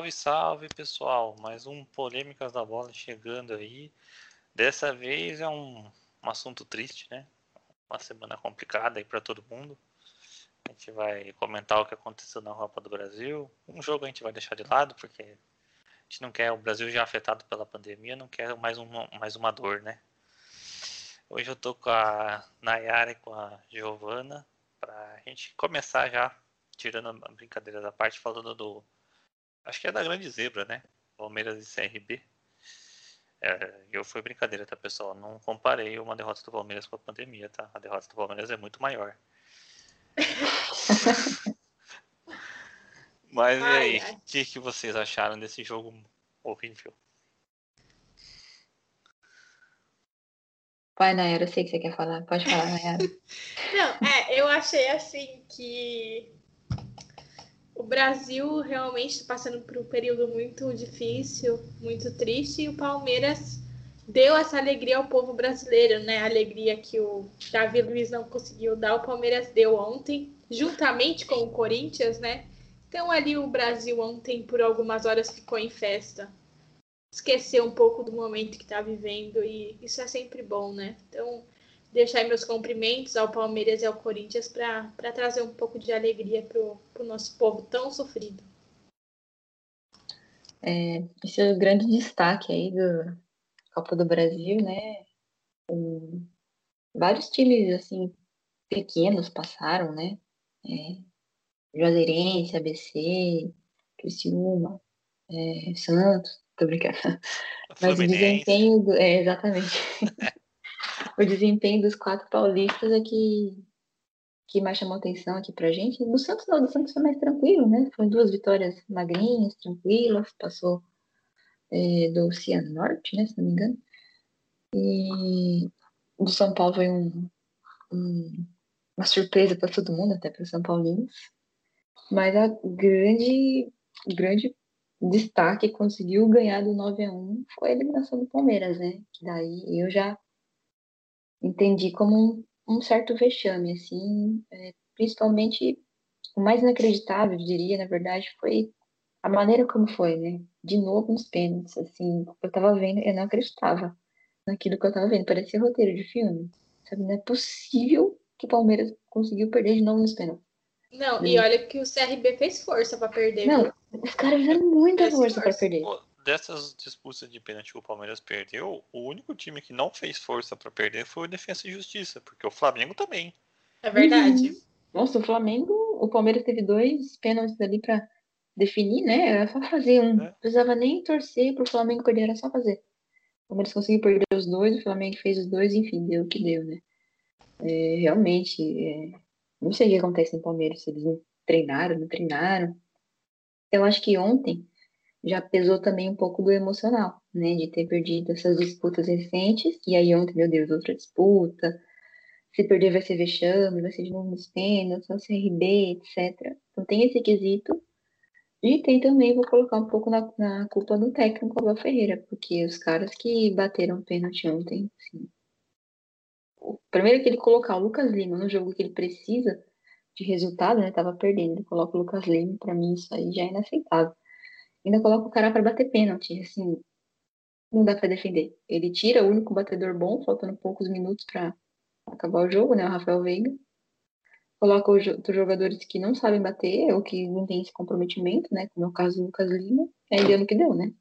Salve, salve, pessoal. Mais um Polêmicas da Bola chegando aí. Dessa vez é um assunto triste, né? Uma semana complicada aí para todo mundo. A gente vai comentar o que aconteceu na Copa do Brasil. Um jogo a gente vai deixar de lado, porque a gente não quer o Brasil já afetado pela pandemia, não quer mais uma dor, né? Hoje eu tô com a Nayara e com a Giovana pra gente começar já, tirando a brincadeira da parte, falando do... Acho que é da grande zebra, né? Palmeiras e CRB. Foi brincadeira, tá, pessoal? Não comparei uma derrota do Palmeiras com a pandemia, tá? A derrota do Palmeiras é muito maior. Mas e Ai, aí? ai. O que vocês acharam desse jogo horrível? Vai, Nayara, eu sei que você quer falar. Pode falar, Nayara. Não, eu achei assim que o Brasil realmente está passando por um período muito difícil, muito triste, e o Palmeiras deu essa alegria ao povo brasileiro, né? A alegria que o Davi Luiz não conseguiu dar, o Palmeiras deu ontem, juntamente com o Corinthians, né? Então ali o Brasil ontem, por algumas horas, ficou em festa. Esquecer um pouco do momento que está vivendo, e isso é sempre bom, né? Então, deixar meus cumprimentos ao Palmeiras e ao Corinthians para trazer um pouco de alegria para o nosso povo tão sofrido. Esse é o grande destaque aí da Copa do Brasil, né? Vários times, assim, pequenos passaram, né? Juazeirense, ABC, Criciúma, Santos, tô brincando. Mas o Fluminense. desempenho, exatamente. O desempenho dos 4 paulistas é que mais chamou atenção aqui pra gente. Do Santos não, do Santos foi mais tranquilo, né? Foram 2 vitórias magrinhas, tranquilas, passou do Cianorte, né? Se não me engano. E do São Paulo foi uma surpresa para todo mundo, até para os São Paulinos. Mas a grande destaque que conseguiu ganhar do 9-1 foi a eliminação do Palmeiras, né? Que daí eu já entendi como um certo vexame, assim, principalmente o mais inacreditável, eu diria, na verdade, foi a maneira como foi, né? De novo nos pênaltis, assim, eu tava vendo, eu não acreditava naquilo que eu tava vendo, parecia roteiro de filme, sabe? Não é possível que o Palmeiras conseguiu perder de novo nos pênaltis. Não, e olha que o CRB fez força para perder, Não, viu? os caras fizeram muita Fez força pra força. perder. Pô, dessas disputas de pênalti que o Palmeiras perdeu, o único time que não fez força pra perder foi o Defensa e Justiça, porque o Flamengo também. É verdade. Nossa, o Flamengo, o Palmeiras teve 2 pênaltis ali pra definir, né? Era só fazer um. Não Né? precisava nem torcer pro Flamengo perder, era só fazer. O Palmeiras conseguiu perder os 2, o Flamengo fez os 2, enfim, deu o que deu, né? Realmente, não sei o que acontece no Palmeiras, se eles não treinaram, não treinaram. Eu acho que ontem já pesou também um pouco do emocional, né? De ter perdido essas disputas recentes. E aí ontem, meu Deus, outra disputa. Se perder vai ser vexame, vai ser de novo nos pênaltis, no CRB, etc. Então tem esse quesito. E tem também, vou colocar um pouco na culpa do técnico Abel Ferreira, porque os caras que bateram pênalti ontem, assim, primeiro que ele colocar o Lucas Lima no jogo que ele precisa de resultado, né? Tava perdendo. Ele coloca o Lucas Lima, pra mim isso aí já é inaceitável. Ainda coloca o cara pra bater pênalti, assim, não dá pra defender. Ele tira o único batedor bom, faltando poucos minutos pra acabar o jogo, né? O Rafael Veiga. Coloca os jogadores que não sabem bater ou que não têm esse comprometimento, né? Como é o caso do Lucas Lima. E aí deu no que deu, né?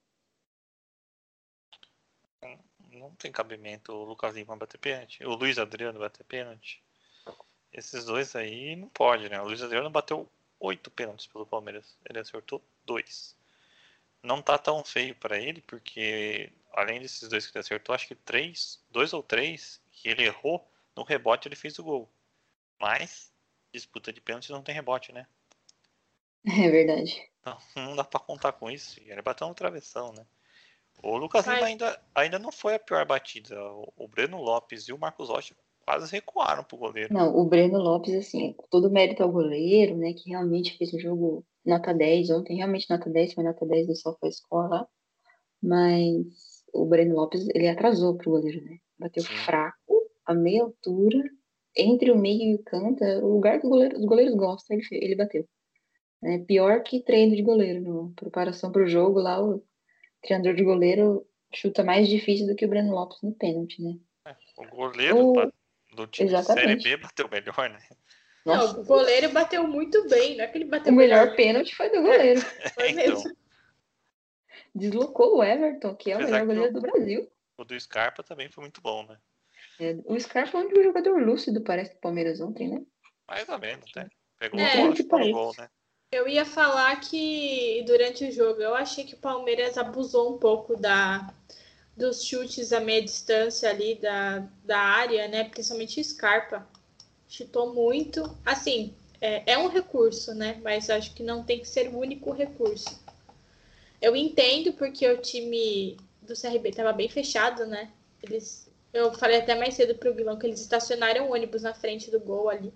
Não tem cabimento o Lucas Lima bater pênalti. O Luiz Adriano bater pênalti. Esses dois aí não pode, né? O Luiz Adriano bateu 8 pênaltis pelo Palmeiras. Ele acertou 2. Não tá tão feio pra ele, porque além desses 2 que ele acertou, acho que 2 ou 3 que ele errou, no rebote ele fez o gol. Mas disputa de pênalti não tem rebote, né? É verdade. Então não dá pra contar com isso. Ele bateu no travessão, né? O Lucas Lima Mas, ainda não foi a pior batida. O Breno Lopes e o Marcos Rocha quase recuaram pro goleiro. Não, o Breno Lopes, assim, todo mérito ao goleiro, né? Que realmente fez um jogo nota 10 ontem. Realmente nota 10 foi nota 10 do SofaScore lá. Mas o Breno Lopes, ele atrasou pro goleiro, né? Bateu Sim. fraco, a meia altura, entre o meio e o canto, é o lugar que os goleiros gostam, ele bateu. É pior que treino de goleiro. No preparação para o jogo, lá o treinador de goleiro chuta mais difícil do que o Breno Lopes no pênalti, né? O goleiro Ou, do time de Série exatamente. B bateu melhor, né? Não, Nossa, o goleiro bateu muito bem, não é que ele o bateu melhor melhor. pênalti foi do goleiro. Foi Então, mesmo. Deslocou o Everton, que é o apesar melhor que goleiro do Brasil. o do Scarpa também foi muito bom, né? O Scarpa é um jogador lúcido, parece, do Palmeiras ontem, né? Mais ou menos, até. Pegou Por a bola incrível e que chutou no gol, pareça. né? Eu ia falar que durante o jogo eu achei que o Palmeiras abusou um pouco dos chutes a meia distância ali da área, né? Principalmente o Scarpa. Chutou muito. Assim, é um recurso, né? Mas acho que não tem que ser o único recurso. Eu entendo porque o time do CRB estava bem fechado, né? Eu falei até mais cedo pro Guilão que eles estacionaram o ônibus na frente do gol ali.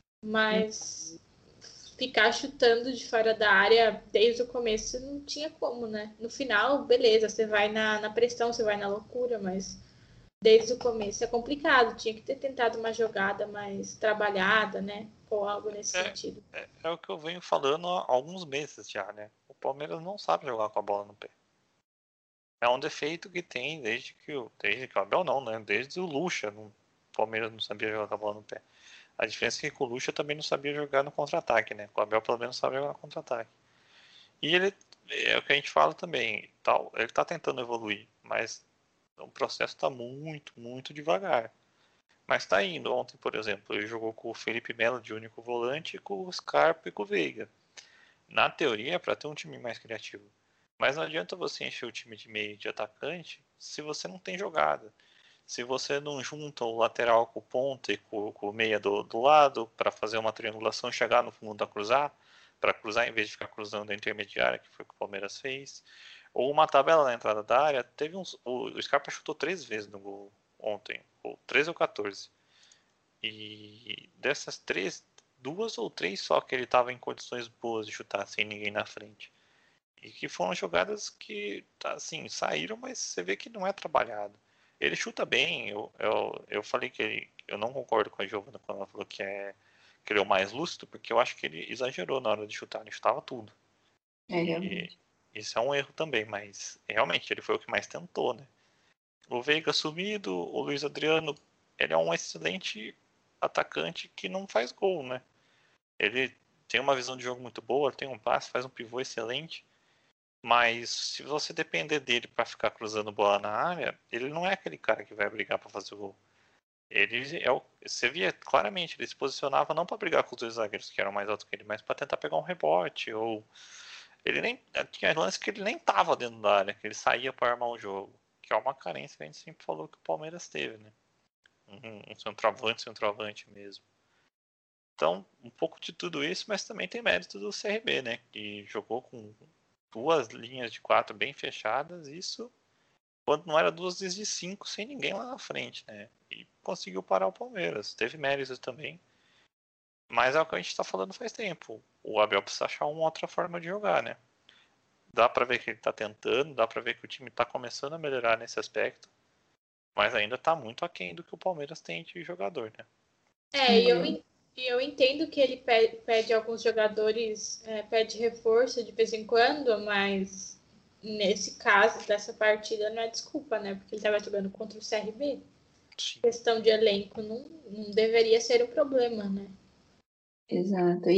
Mas ficar chutando de fora da área desde o começo não tinha como, né? No final, beleza, você vai na pressão, você vai na loucura, mas desde o começo é complicado. Tinha que ter tentado uma jogada mais trabalhada, né? Ou algo nesse sentido. É o que eu venho falando há alguns meses já, né? O Palmeiras não sabe jogar com a bola no pé. É um defeito que tem desde que o Abel não, né? Desde o Lucha, o Palmeiras não sabia jogar com a bola no pé. A diferença é que o Lucha também não sabia jogar no contra-ataque, né? O Abel pelo menos sabe jogar no contra-ataque. E ele, é o que a gente fala também, tal, ele tá tentando evoluir, mas o processo tá muito, muito devagar. Mas tá indo. Ontem, por exemplo, ele jogou com o Felipe Melo de único volante, com o Scarpa e com o Veiga. Na teoria é para ter um time mais criativo. Mas não adianta você encher o time de meio de atacante se você não tem jogada. Se você não junta o lateral com o ponta e com o meia do lado para fazer uma triangulação e chegar no fundo da cruzar, para cruzar em vez de ficar cruzando a intermediária, que foi o que o Palmeiras fez. Ou uma tabela na entrada da área. O Scarpa chutou 3 vezes no gol ontem, ou 13 ou 14. E dessas 3, 2 ou 3 só que ele estava em condições boas de chutar sem ninguém na frente. E que foram jogadas que, assim, saíram, mas você vê que não é trabalhado. Ele chuta bem, eu falei que eu não concordo com a Giovana quando ela falou que ele é o mais lúcido, porque eu acho que ele exagerou na hora de chutar, ele chutava tudo. É, E realmente. isso é um erro também, mas realmente ele foi o que mais tentou, né? O Veiga sumido, o Luiz Adriano, ele é um excelente atacante que não faz gol, né? Ele tem uma visão de jogo muito boa, tem um passe, faz um pivô excelente, mas se você depender dele para ficar cruzando bola na área, ele não é aquele cara que vai brigar para fazer o gol. Você via claramente, ele se posicionava não para brigar com os dois zagueiros que eram mais altos que ele, mas para tentar pegar um rebote, ou ele nem tinha lance que ele nem tava dentro da área, que ele saía para armar o jogo, que é uma carência que a gente sempre falou que o Palmeiras teve, né? Um centroavante mesmo. Então, um pouco de tudo isso, mas também tem mérito do CRB, né? Que jogou com 2 linhas de 4 bem fechadas, isso quando não era 2 linhas de 5 sem ninguém lá na frente, né? E conseguiu parar o Palmeiras. Teve méritos também, mas é o que a gente está falando faz tempo. O Abel precisa achar uma outra forma de jogar, né? Dá para ver que ele está tentando, dá para ver que o time está começando a melhorar nesse aspecto, mas ainda está muito aquém do que o Palmeiras tem de jogador, né? E eu entendo que ele pede alguns jogadores, pede reforço de vez em quando, mas nesse caso, dessa partida, não é desculpa, né? Porque ele estava jogando contra o CRB. Sim. Questão de elenco não deveria ser um problema, né? Exato.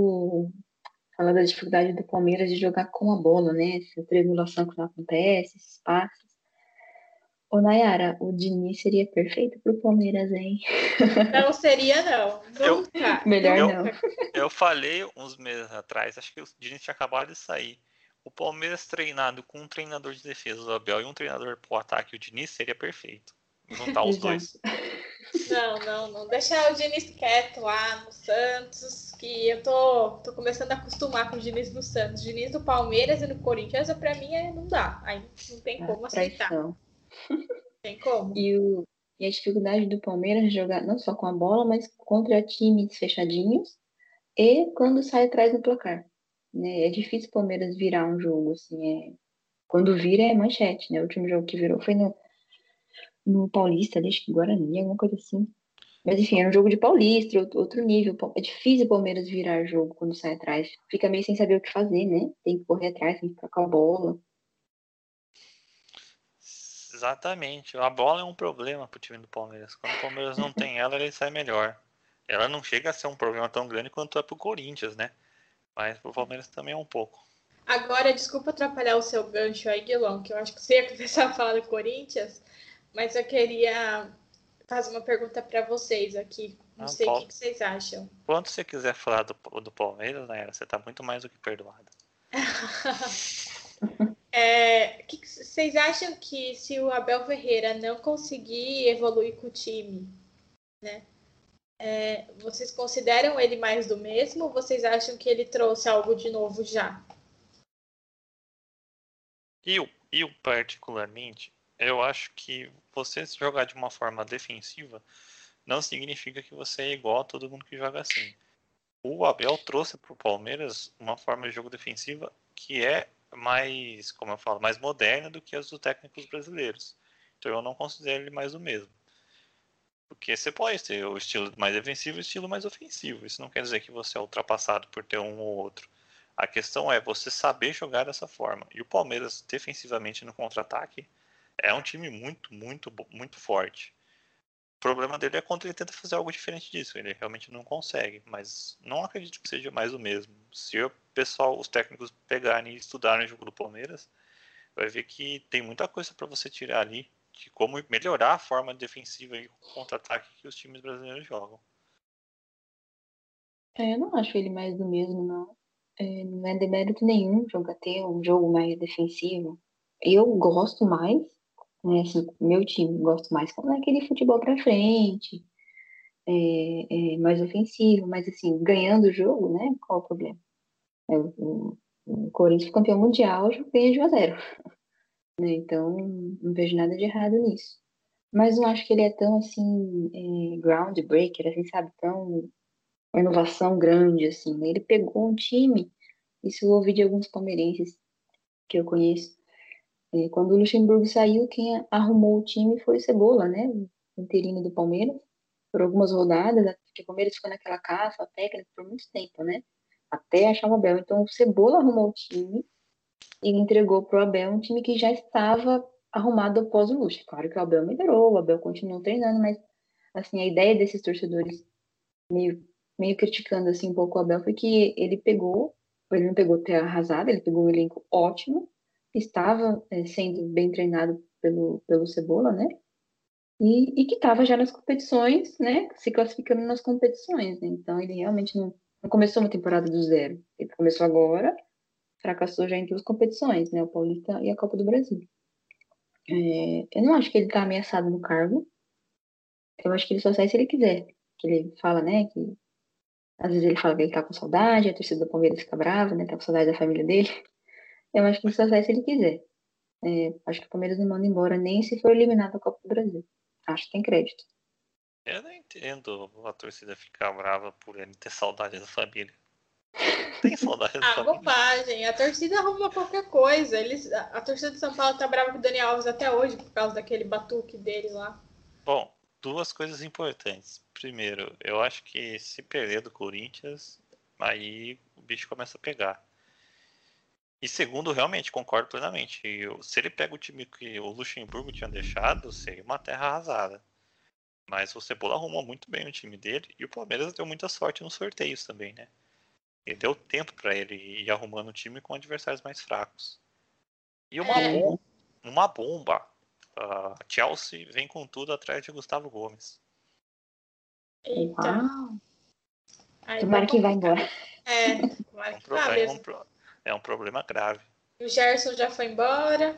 Fala da dificuldade do Palmeiras de jogar com a bola, né? Essa triangulação que não acontece, esses passes. Ô, Nayara, o Diniz seria perfeito pro Palmeiras, hein? Não seria, não. Eu, Nunca, Melhor eu, não. nunca. eu falei uns meses atrás, acho que o Diniz tinha acabado de sair. O Palmeiras treinado com um treinador de defesa, o Abel, e um treinador pro ataque, o Diniz, seria perfeito. Juntar os Exato. dois. Não. Deixar o Diniz quieto lá no Santos, que eu tô começando a acostumar com o Diniz no Santos. O Diniz do Palmeiras e no Corinthians, pra mim, não dá. Aí não tem A como aceitar. traição. Tem como. E a dificuldade do Palmeiras de jogar não só com a bola, mas contra times fechadinhos e quando sai atrás do placar. Né? É difícil o Palmeiras virar um jogo, assim. Quando vira é manchete, né? O último jogo que virou foi no Paulista, acho que Guarani, alguma coisa assim. Mas enfim, é um jogo de Paulista, outro nível. É difícil o Palmeiras virar jogo quando sai atrás. Fica meio sem saber o que fazer, né? Tem que correr atrás, tem que ficar com a bola. Exatamente. A bola é um problema pro time do Palmeiras. Quando o Palmeiras não tem ela, ele sai melhor. Ela não chega a ser um problema tão grande quanto é pro Corinthians, né? Mas pro Palmeiras também é um pouco. Agora, desculpa atrapalhar o seu gancho aí, Guilherme, que eu acho que você ia começar a falar do Corinthians, mas eu queria fazer uma pergunta para vocês aqui. Não Não, sei o que vocês acham. quando você quiser falar do Palmeiras, né, você tá muito mais do que perdoado. Que vocês acham que se o Abel Ferreira não conseguir evoluir com o time, né? Vocês consideram ele mais do mesmo ou vocês acham que ele trouxe algo de novo já? Eu particularmente, eu acho que você se jogar de uma forma defensiva não significa que você é igual a todo mundo que joga assim. O Abel trouxe para o Palmeiras uma forma de jogo defensiva que é mais, como eu falo, mais moderna do que as dos técnicos brasileiros. Então eu não considero ele mais o mesmo. Porque você pode ter o estilo mais defensivo e o estilo mais ofensivo. Isso não quer dizer que você é ultrapassado por ter um ou outro. A questão é você saber jogar dessa forma. E o Palmeiras, defensivamente no contra-ataque, é um time muito, muito, muito forte. O problema dele é quando ele tenta fazer algo diferente disso. Ele realmente não consegue. Mas não acredito que seja mais o mesmo. Se o pessoal, os técnicos pegarem e estudarem o jogo do Palmeiras, vai ver que tem muita coisa para você tirar ali de como melhorar a forma defensiva e contra-ataque que os times brasileiros jogam. Eu não acho ele mais do mesmo, não. Não é demérito nenhum jogar ter um jogo mais defensivo. Eu gosto mais, né, assim, meu time gosto mais quando é aquele futebol pra frente, mais ofensivo, mas assim, ganhando o jogo, né? Qual o problema? O Corinthians foi campeão mundial, já ganha de 1-0, né? Então, não vejo nada de errado nisso. Mas não acho que ele é tão assim, groundbreaker, assim, sabe? Tão uma inovação grande, assim, né? Ele pegou um time, isso eu ouvi de alguns palmeirenses que eu conheço. Quando o Luxemburgo saiu, quem arrumou o time foi o Cebola, né? O interino do Palmeiras, por algumas rodadas, porque o Palmeiras ficou naquela caça técnica por muito tempo, né? Até achar o Abel. Então, o Cebola arrumou o time e entregou pro Abel um time que já estava arrumado após o Luxo. Claro que o Abel melhorou, o Abel continuou treinando, mas, assim, a ideia desses torcedores meio, meio criticando assim um pouco o Abel foi que ele não pegou terra arrasada, ele pegou um elenco ótimo, estava sendo bem treinado pelo Cebola, né? E que estava já nas competições, né? Se classificando nas competições, né? Então ele realmente não começou uma temporada do zero. Ele começou agora, fracassou já em duas competições, né? O Paulista e a Copa do Brasil. Eu não acho que ele está ameaçado no cargo. Eu acho que ele só sai se ele quiser. Que ele fala, né? Que às vezes ele fala que ele tá com saudade, a torcida do Palmeiras fica brava, né? Tá com saudade da família dele. Eu acho que ele só sai se ele quiser. Acho que o Palmeiras não manda embora nem se for eliminado da Copa do Brasil. Acho que tem crédito. Eu não entendo a torcida ficar brava por ele ter saudade da família. Tem saudade da família? Bobagem. A torcida arruma qualquer coisa. A torcida de São Paulo tá brava com o Dani Alves até hoje por causa daquele batuque dele lá. Bom, duas coisas importantes. Primeiro, eu acho que se perder do Corinthians, aí o bicho começa a pegar. E segundo, realmente, concordo plenamente. Se ele pega o time que o Luxemburgo tinha deixado, seria uma terra arrasada. Mas o Cebola arrumou muito bem o time dele e o Palmeiras deu muita sorte nos sorteios também, né? Ele deu tempo para ele ir arrumando o time com adversários mais fracos. E uma bomba. Chelsea vem com tudo atrás de Gustavo Gomes. Eita. Uau! Aí Tomara que vá embora. Tomara que vá mesmo. É um problema grave. O Gerson já foi embora.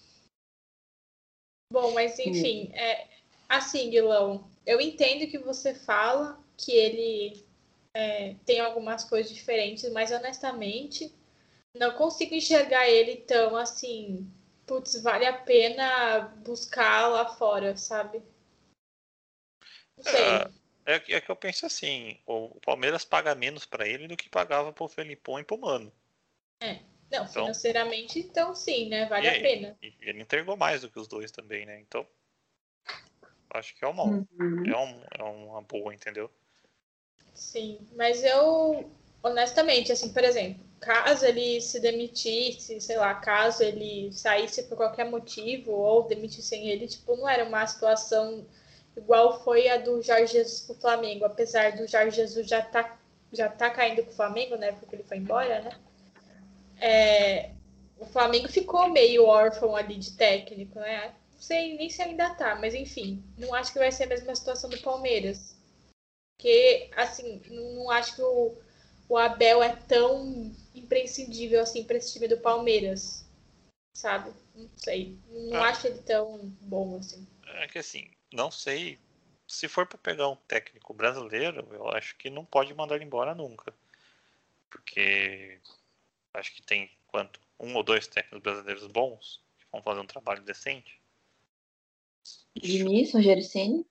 Bom, mas enfim, assim, Guilão, eu entendo que você fala que ele tem algumas coisas diferentes, mas honestamente, não consigo enxergar ele tão assim, putz, vale a pena buscar lá fora, sabe? Não sei. É que eu penso assim, o Palmeiras paga menos para ele do que pagava pro Felipão e pro Mano. Não, Então, financeiramente, então sim, né? Vale a pena. e ele entregou mais do que os dois também, né? Então, Acho que é uma boa, entendeu? Sim, mas eu, honestamente, assim, por exemplo, caso ele se demitisse, sei lá, caso ele saísse por qualquer motivo ou demitissem ele, tipo, não era uma situação igual foi a do Jorge Jesus pro Flamengo, apesar do Jorge Jesus já tá caindo pro Flamengo, né, porque ele foi embora, né? O Flamengo ficou meio órfão ali de técnico, né? Não sei nem se ainda tá, mas enfim, não acho que vai ser a mesma situação do Palmeiras. Porque, assim, não acho que o Abel é tão imprescindível assim para esse time do Palmeiras, sabe? Não sei. Não É, acho ele tão bom assim. é que assim, não sei. Se for para pegar um técnico brasileiro, eu acho que não pode mandar ele embora nunca. Porque acho que tem quanto? Um ou dois técnicos brasileiros bons que vão fazer um trabalho decente. Diniz, Rogério Ceni.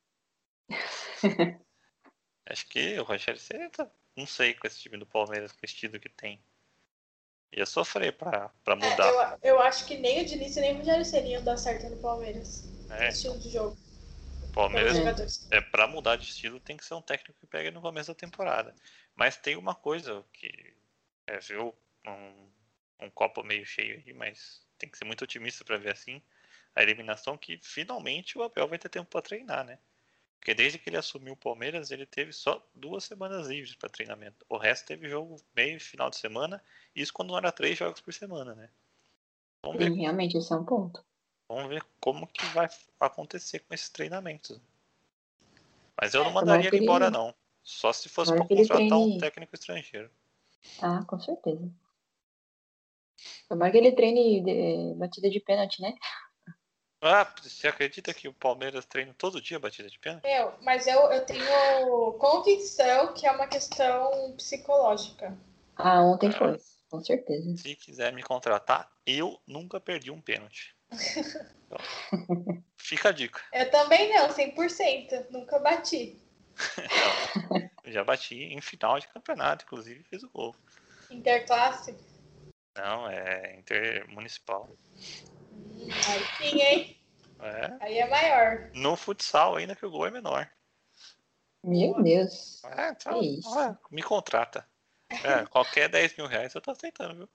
Acho que o Rogério Ceni não sei com esse time do Palmeiras, com o estilo que tem. Ia sofrer pra mudar. Eu acho que nem o Diniz nem o Rogério Ceni iam dar certo no Palmeiras. No Então, estilo de jogo, o pelos Palmeiras, É. jogadores. pra mudar de estilo, tem que ser um técnico que pegue no começo da temporada. Mas tem uma coisa que viu um copo meio cheio aí, mas tem que ser muito otimista pra ver assim. A eliminação que finalmente o Abel vai ter tempo pra treinar, né? Porque desde que ele assumiu o Palmeiras, ele teve só 2 semanas livres para treinamento. O resto teve jogo meio e final de semana, isso quando não era 3 jogos por semana, né? Vamos ver, Sim, realmente, esse é um ponto. vamos ver como que vai acontecer com esses treinamentos. Mas eu não Tomara mandaria que ele embora, ele, não. Só se fosse tomara para que ele contratar um treine. técnico estrangeiro. Ah, com certeza. Tomara que ele treine batida de pênalti, né? Ah, você acredita que o Palmeiras treina todo dia batida de pênalti? Mas eu tenho convicção que é uma questão psicológica. Ah, ontem Ah, foi. Com certeza. se quiser me contratar, eu nunca perdi um pênalti. Então, fica a dica. Eu também não, 100%. Nunca bati. Então, eu já bati em final de campeonato, inclusive fiz o gol. Interclasse? Não, é intermunicipal. Aí sim, hein? É. Aí é maior. No futsal ainda que o gol é menor. Meu Boa. Deus. Que Então, isso? me contrata. Qualquer 10 mil reais eu tô aceitando, viu?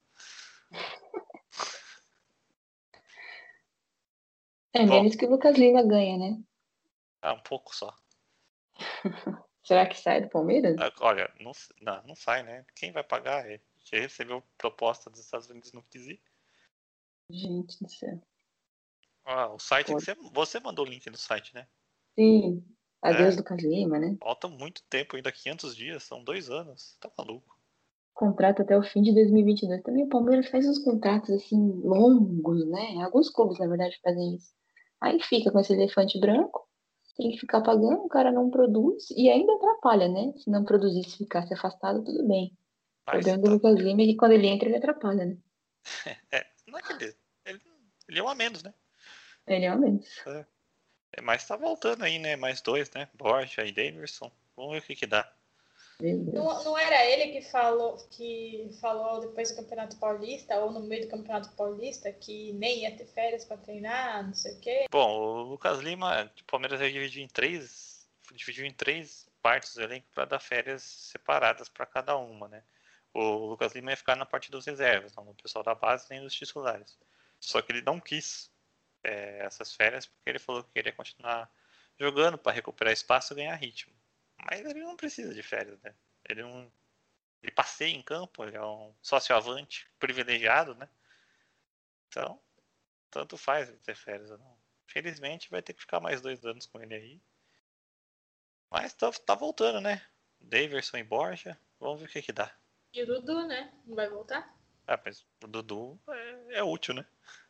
É Bom, menos que o Lucas Lima ganha, né? um pouco só. Será que sai do Palmeiras? Olha, não sai, né? Quem vai pagar? Já recebeu proposta dos Estados Unidos e não quis ir. Gente do céu. O site que Pô, você mandou o link no site, né? sim. Adeus É, Lucas Lima, né? falta muito tempo, ainda 500 dias, são 2 anos. Tá maluco. Contrato até o fim de 2022. Também o Palmeiras faz uns contratos assim longos, né? Alguns clubes, na verdade, fazem isso. Aí fica com esse elefante branco, tem que ficar pagando, o cara não produz e ainda atrapalha, né? Se não produzisse, ficasse afastado, tudo bem. O Mas problema do tá. Lucas Lima é que quando ele entra, ele atrapalha, né? Não é que ele é um a menos, né? Ele é uma menos. É. Mas tá voltando aí, né? Mais dois, né? Borja e Davidson. Vamos ver o que dá. Meu Não Deus. era ele que falou depois do Campeonato Paulista, ou no meio do Campeonato Paulista, que nem ia ter férias para treinar, não sei o quê? Bom, o Lucas Lima, o Palmeiras vai dividiu em três partes do elenco para dar férias separadas para cada uma, né? O Lucas Lima ia ficar na parte dos reservas, não no pessoal da base nem dos titulares. Só que ele não quis essas férias porque ele falou que queria continuar jogando para recuperar espaço e ganhar ritmo. Mas ele não precisa de férias, né? Ele passeia em campo, ele é um sócio-avante privilegiado, né? Então, tanto faz ele ter férias ou não. Felizmente vai ter que ficar mais 2 anos com ele aí. Mas tá voltando, né? Daverson e Borja. Vamos ver o que dá. E o Dudu, né? Não vai voltar? Mas o Dudu é útil, né?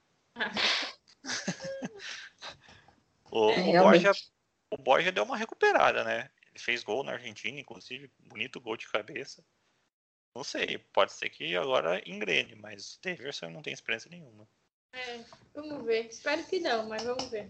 É, O, o, Borja, realmente. o Borja deu uma recuperada, né? Ele fez gol na Argentina, inclusive. Bonito gol de cabeça. Não sei, pode ser que agora engrene, mas o Daverson não tem experiência nenhuma. Vamos ver. Espero que não, mas vamos ver.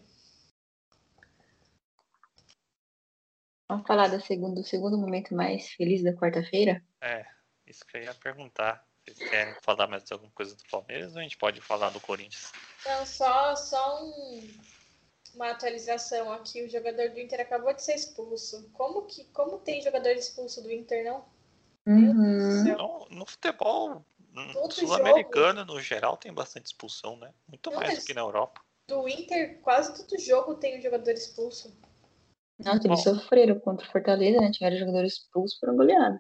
Vamos falar do segundo momento mais feliz da quarta-feira? Isso que eu ia perguntar. Vocês querem falar mais de alguma coisa do Palmeiras ou a gente pode falar do Corinthians? Então, só uma atualização aqui. O jogador do Inter acabou de ser expulso. Como tem jogador expulso do Inter, não? Meu Deus do céu. No futebol Todo sul-americano, no geral, tem bastante expulsão, né? Muito Não, mais do mas que na Europa. do Inter, quase todo jogo tem um jogador expulso. Nossa, eles sofreram contra o Fortaleza, né? Tiveram jogadores expulsos, foram goleados.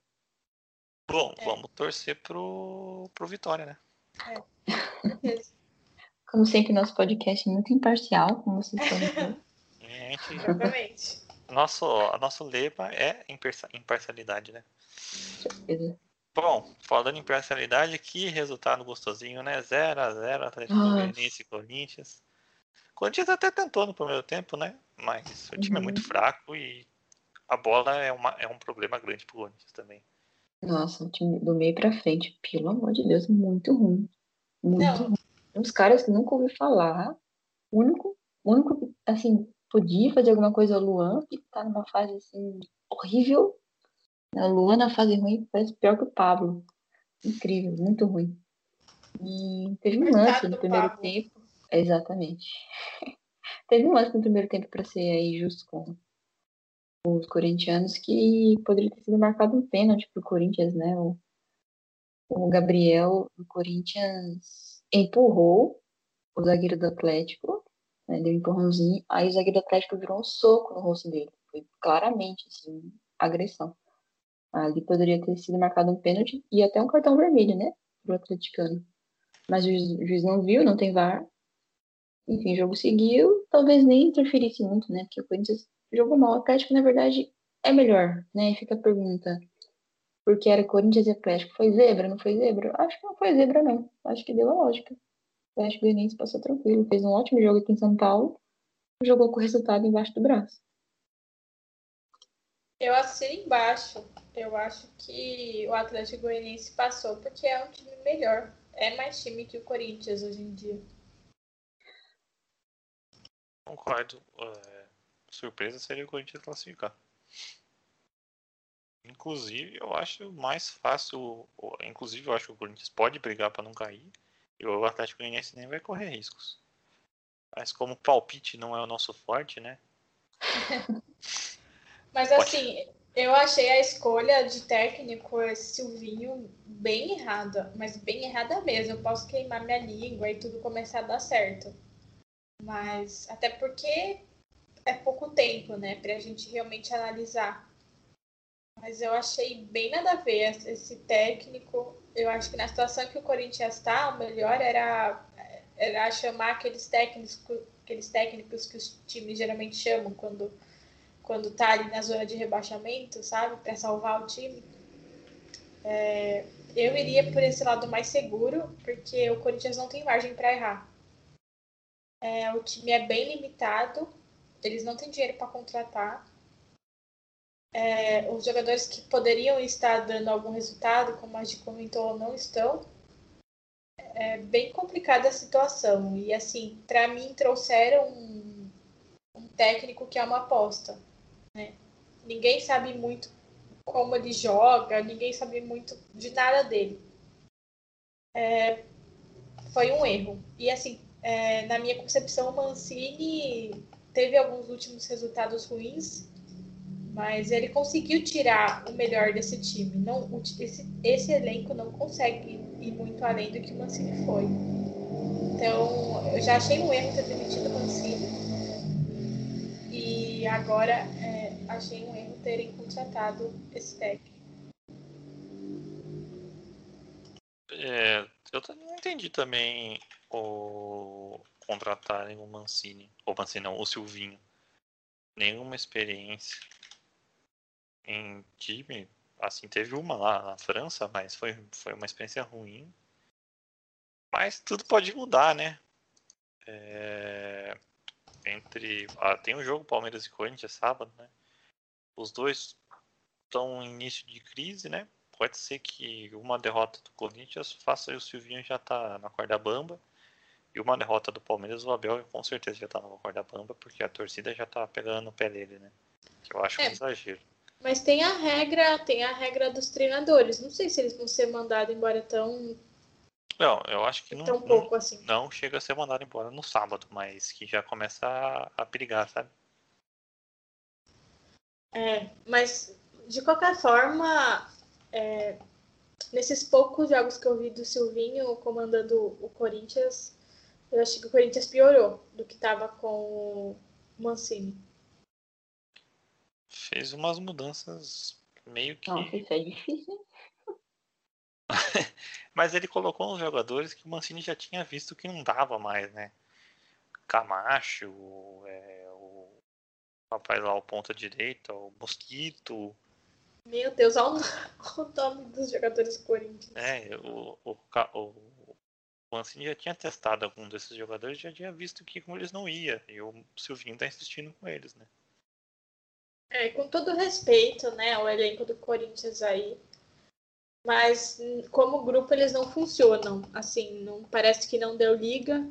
Bom, vamos torcer pro Vitória, né? Beleza. Como sempre, nosso podcast é muito imparcial, como vocês podem ver. Exatamente. Nosso lema é imparcialidade, né? Certeza. Bom, falando em imparcialidade, que resultado gostosinho, né? 0-0, Atlético Goianiense e Corinthians. Corinthians até tentou no primeiro tempo, né? Mas o time é muito fraco e a bola é um problema grande pro Corinthians também. Nossa, o time do meio pra frente, pelo amor de Deus, muito ruim. Muito Não. ruim. Uns caras que nunca ouvi falar. O único que, assim, podia fazer alguma coisa é o Luan, que tá numa fase, assim, horrível. A Luan na fase ruim parece pior que o Pablo. Incrível, muito ruim. E teve um lance Coitado no do primeiro Pablo. tempo. Exatamente. Teve um lance no primeiro tempo pra ser aí justo com os corintianos que poderia ter sido marcado um pênalti pro Corinthians, né? O Gabriel do Corinthians empurrou o zagueiro do Atlético, né, deu um empurrãozinho, aí o zagueiro do Atlético virou um soco no rosto dele. Foi claramente, assim, agressão. Ali poderia ter sido marcado um pênalti e até um cartão vermelho, né, pro atleticano. Mas o juiz não viu, não tem VAR. Enfim, o jogo seguiu, talvez nem interferisse muito, né, porque o Corinthians jogou mal. O Atlético, na verdade, é melhor, né, e fica a pergunta, porque era Corinthians e Atlético, foi zebra, não foi zebra? Acho que não foi zebra, não. Acho que deu a lógica. O Atlético Goianiense passou tranquilo, fez um ótimo jogo aqui em São Paulo, jogou com o resultado embaixo do braço. Eu assino embaixo. Eu acho que o Atlético Goianiense passou porque é um time melhor. É mais time que o Corinthians hoje em dia. Concordo. Surpresa seria o Corinthians classificar. Inclusive, eu acho mais fácil. Inclusive, eu acho que o Corinthians pode brigar para não cair. E o Atlético Goianiense nem vai correr riscos. Mas como palpite não é o nosso forte, né? Mas assim, eu achei a escolha de técnico Silvinho bem errada, mas bem errada mesmo. Eu posso queimar minha língua e tudo começar a dar certo. Mas até porque é pouco tempo, né, pra gente realmente analisar. Mas eu achei bem nada a ver esse técnico. Eu acho que na situação que o Corinthians está, o melhor era chamar aqueles técnicos que os times geralmente chamam quando tá ali na zona de rebaixamento, sabe? Para salvar o time. Eu iria por esse lado mais seguro, porque o Corinthians não tem margem para errar. O time é bem limitado, eles não têm dinheiro para contratar. Os jogadores que poderiam estar dando algum resultado, como a gente comentou, não estão. É bem complicada a situação. E assim, para mim trouxeram um técnico que é uma aposta. Né? Ninguém sabe muito como ele joga, ninguém sabe muito de nada dele. Foi um erro. E assim, na minha concepção, o Mancini teve alguns últimos resultados ruins, mas ele conseguiu tirar o melhor desse time. Não, esse elenco não consegue ir muito além do que o Mancini foi. Então, eu já achei um erro ter demitido o Mancini. E agora achei um erro terem contratado esse técnico. Eu não entendi também o contratarem o Mancini. O Mancini não, o Silvinho. Nenhuma experiência em time. Assim, teve uma lá na França, mas foi uma experiência ruim. Mas tudo pode mudar, né? Tem um jogo Palmeiras e Corinthians sábado, né? Os dois estão em início de crise, né? Pode ser que uma derrota do Corinthians faça o Silvinho já tá na corda bamba. E uma derrota do Palmeiras, o Abel com certeza já tá na corda bamba, porque a torcida já tá pegando no pé dele, né? Que eu acho um exagero. Mas tem a regra dos treinadores. Não sei se eles vão ser mandados embora tão Não, eu acho que Tão pouco assim. não chega a ser mandado embora no sábado, mas que já começa a perigar, sabe? Mas de qualquer forma, nesses poucos jogos que eu vi do Silvinho comandando o Corinthians, eu acho que o Corinthians piorou do que estava com o Mancini. Fez umas mudanças meio que. Nossa, isso é difícil, hein? Mas ele colocou uns jogadores que o Mancini já tinha visto que não dava mais, né? Camacho, o rapaz lá, o ponta direita, o Mosquito. Meu Deus, olha o nome dos jogadores do Corinthians. O Mancini já tinha testado algum desses jogadores e já tinha visto que com eles não ia. E o Silvinho tá insistindo com eles, né? Com todo respeito, né, ao elenco do Corinthians aí, mas como grupo eles não funcionam. Assim, não parece que não deu liga.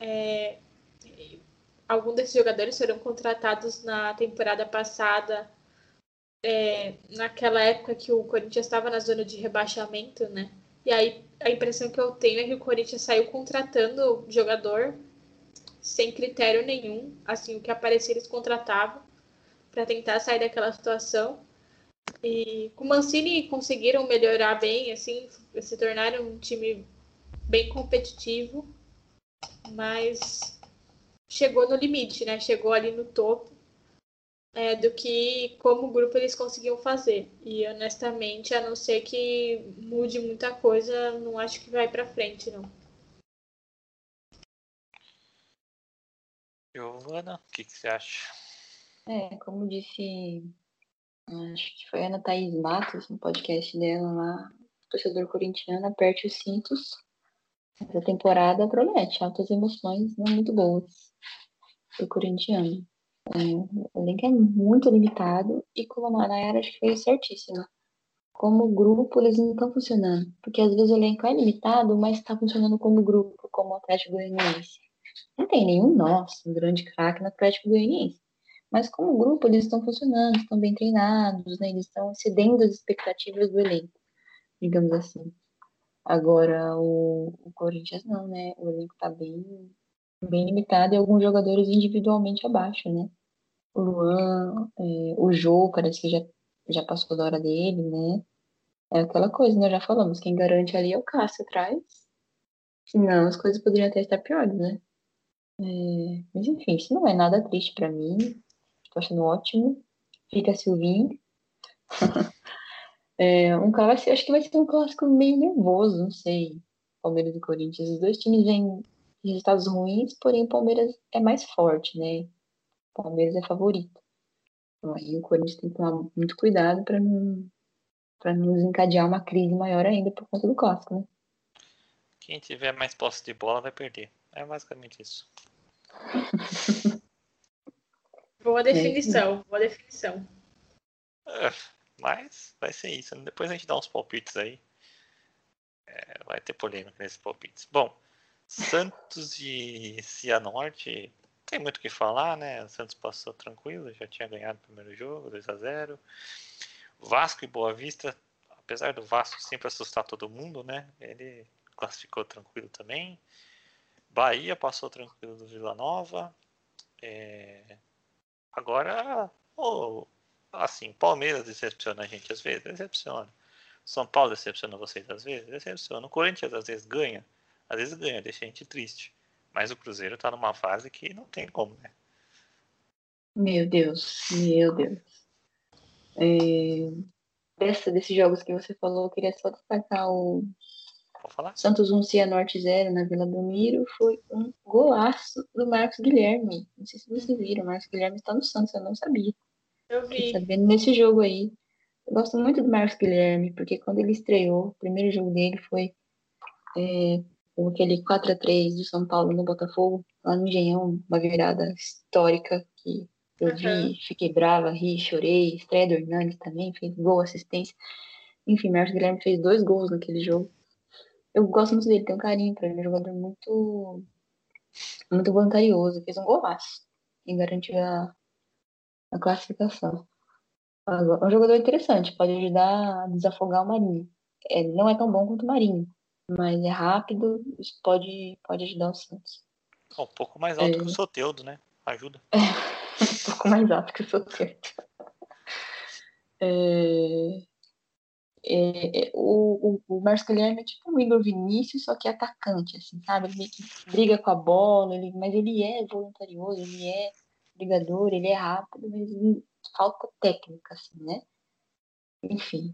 Alguns desses jogadores foram contratados na temporada passada, naquela época que o Corinthians estava na zona de rebaixamento, né? E aí a impressão que eu tenho é que o Corinthians saiu contratando jogador sem critério nenhum. Assim, o que aparecia eles contratavam para tentar sair daquela situação. E com o Mancini conseguiram melhorar bem, assim, se tornaram um time bem competitivo, mas chegou no limite, né? Chegou ali no topo do que como grupo eles conseguiam fazer. E honestamente, a não ser que mude muita coisa, não acho que vai para frente, não. Giovana, o que você acha? Como disse, acho que foi a Ana Thaís Matos, no podcast dela lá, torcedor corintiano, aperte os cintos. Essa temporada promete altas emoções não muito boas pro corintiano. O elenco é muito limitado e como a Nayara acho que foi certíssima. Como grupo, eles não estão funcionando. Porque às vezes o elenco é limitado, mas está funcionando como grupo, como o Atlético Goianiense. Não tem nenhum nosso, um grande craque no Atlético Goianiense. Mas como grupo, eles estão funcionando, estão bem treinados, né? Eles estão excedendo as expectativas do elenco, digamos assim. Agora, o Corinthians não, né? O elenco tá bem limitado e alguns jogadores individualmente abaixo, né? O Luan, o Jô, parece que já passou da hora dele, né? É aquela coisa, nós já falamos, quem garante ali é o Cássio atrás. Senão as coisas poderiam até estar piores, né? Mas enfim, isso não é nada triste pra mim. Tô achando ótimo. Fica Silvinho. Clássico, acho que vai ser um clássico meio nervoso, não sei. Palmeiras e Corinthians. Os dois times vêm de resultados ruins, porém o Palmeiras é mais forte, né? O Palmeiras é favorito. Então, aí o Corinthians tem que tomar muito cuidado para não desencadear uma crise maior ainda por conta do clássico, né? Quem tiver mais posse de bola vai perder. É basicamente isso. Boa É isso mesmo. definição, boa definição. Mas vai ser isso. Depois a gente dá uns palpites aí. Vai ter polêmica nesses palpites. Bom, Santos e Cianorte, tem muito o que falar, né? O Santos passou tranquilo, já tinha ganhado o primeiro jogo, 2-0. Vasco e Boa Vista, apesar do Vasco sempre assustar todo mundo, né? Ele classificou tranquilo também. Bahia passou tranquilo do Vila Nova. Agora, assim, Palmeiras decepciona a gente às vezes, decepciona. São Paulo decepciona vocês às vezes, decepciona. O Corinthians às vezes ganha, deixa a gente triste. Mas o Cruzeiro tá numa fase que não tem como, né? Meu Deus, meu Deus. Desses jogos que você falou, eu queria só destacar o Vou falar? Santos 1, Cianorte 0 na Vila Belmiro. Foi um golaço do Marcos Guilherme. Não sei se vocês viram, o Marcos Guilherme está no Santos, eu não sabia. Eu Fiquei vi. sabendo nesse jogo aí. Eu gosto muito do Marcos Guilherme, porque quando ele estreou, o primeiro jogo dele foi aquele 4-3 do São Paulo no Botafogo, lá no Engenhão, uma virada histórica que eu Uhum. vi, fiquei brava, ri, chorei. Estreia do Hernandes também, fez gol, assistência. Enfim, Marcos Guilherme fez 2 gols naquele jogo. Eu gosto muito dele, tenho um carinho pra ele, é um jogador muito, muito voluntarioso, fez um golaço e garantiu a classificação. Agora, é um jogador interessante, pode ajudar a desafogar o Marinho. Não é tão bom quanto o Marinho, mas é rápido, isso pode ajudar o Santos. Um pouco mais alto que o Soteldo, né? Ajuda. Um pouco mais alto que o Soteldo. O Marcos Guilherme é tipo o Igor Vinícius, só que é atacante, assim, sabe? Ele meio que briga com a bola, mas ele é voluntarioso, ele é brigador, ele é rápido, mas falta técnica, assim, né? Enfim,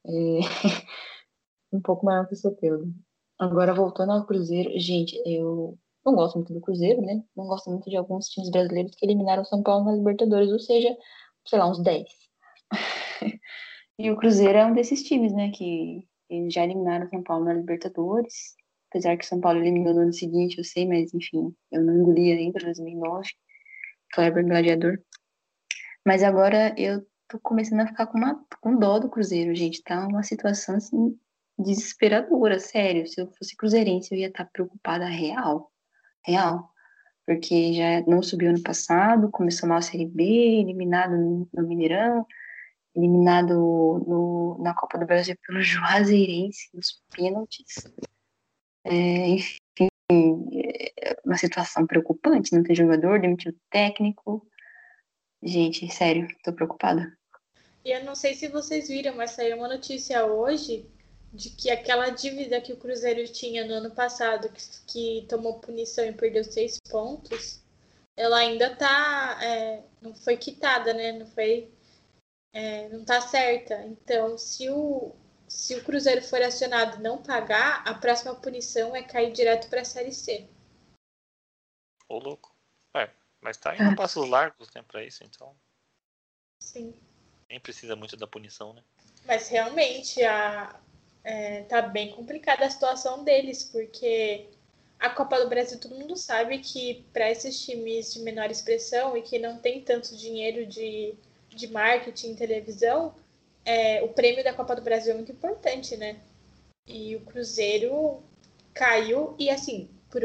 um pouco maior que o Soteldo. Agora, voltando ao Cruzeiro, gente, eu não gosto muito do Cruzeiro, né? Não gosto muito de alguns times brasileiros que eliminaram o São Paulo na Libertadores, ou seja, sei lá, uns 10. E o Cruzeiro é um desses times, né, que eles já eliminaram o São Paulo na Libertadores. Apesar que o São Paulo eliminou no ano seguinte, eu sei, mas enfim, eu não engoli ainda, 2009. Kleber Gladiador. Mas agora eu tô começando a ficar com dó do Cruzeiro, gente. Tá uma situação, assim, desesperadora, sério. Se eu fosse cruzeirense, eu ia estar preocupada real. Real. Porque já não subiu ano passado, começou mal a Série B, eliminado no Mineirão, eliminado na Copa do Brasil pelo Juazeirense, nos pênaltis. Enfim, uma situação preocupante, não ter jogador, demitiu o técnico. Gente, sério, tô preocupada. E eu não sei se vocês viram, mas saiu uma notícia hoje de que aquela dívida que o Cruzeiro tinha no ano passado, que tomou punição e perdeu 6 pontos, ela ainda tá, não foi quitada, né? Não tá certa. Então, se o Cruzeiro for acionado e não pagar, a próxima punição é cair direto para a Série C. Ô, louco. Mas tá indo a passos largos, né, pra isso, então. Sim. Nem precisa muito da punição, né? Mas realmente tá bem complicada a situação deles, porque a Copa do Brasil todo mundo sabe que para esses times de menor expressão e que não tem tanto dinheiro de marketing e televisão, o prêmio da Copa do Brasil é muito importante, né? E o Cruzeiro caiu e assim,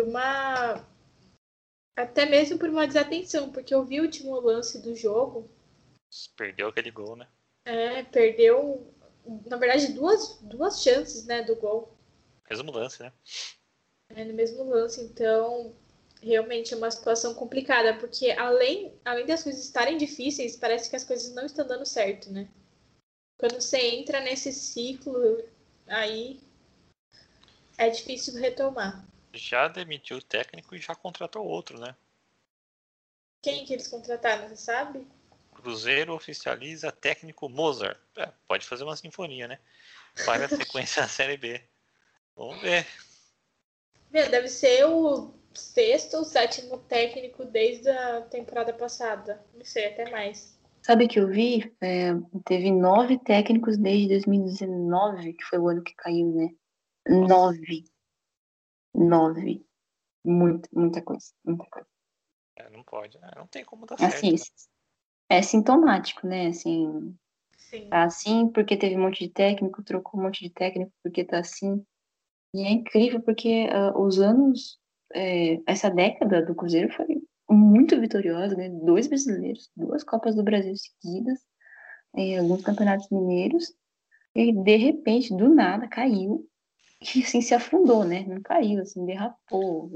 até mesmo por uma desatenção, porque eu vi o último lance do jogo. Perdeu aquele gol, né? Perdeu, na verdade, duas chances, né, do gol. Mesmo lance, né? No mesmo lance, então realmente é uma situação complicada, porque além das coisas estarem difíceis, parece que as coisas não estão dando certo, né? Quando você entra nesse ciclo, aí é difícil retomar. Já demitiu o técnico e já contratou outro, né? Quem que eles contrataram, você sabe? Cruzeiro oficializa técnico Mozart. Pode fazer uma sinfonia, né? Para a sequência da Série B. Vamos ver. Deve ser o sexto ou sétimo técnico desde a temporada passada. Não sei, até mais. Sabe que eu vi? Teve 9 técnicos desde 2019, que foi o ano que caiu, né? Nossa. 9. 9. Muita coisa, muita coisa. Não pode. Não tem como dar Assim, certo, né? é sintomático, né? Assim, Sim. tá assim porque teve um monte de técnico, trocou um monte de técnico porque tá assim. E é incrível porque os anos, essa década do Cruzeiro foi muito vitoriosa, né? 2 brasileiros, 2 Copas do Brasil seguidas, alguns campeonatos mineiros, e de repente, do nada, caiu e assim se afundou, né? Não caiu, assim, derrapou,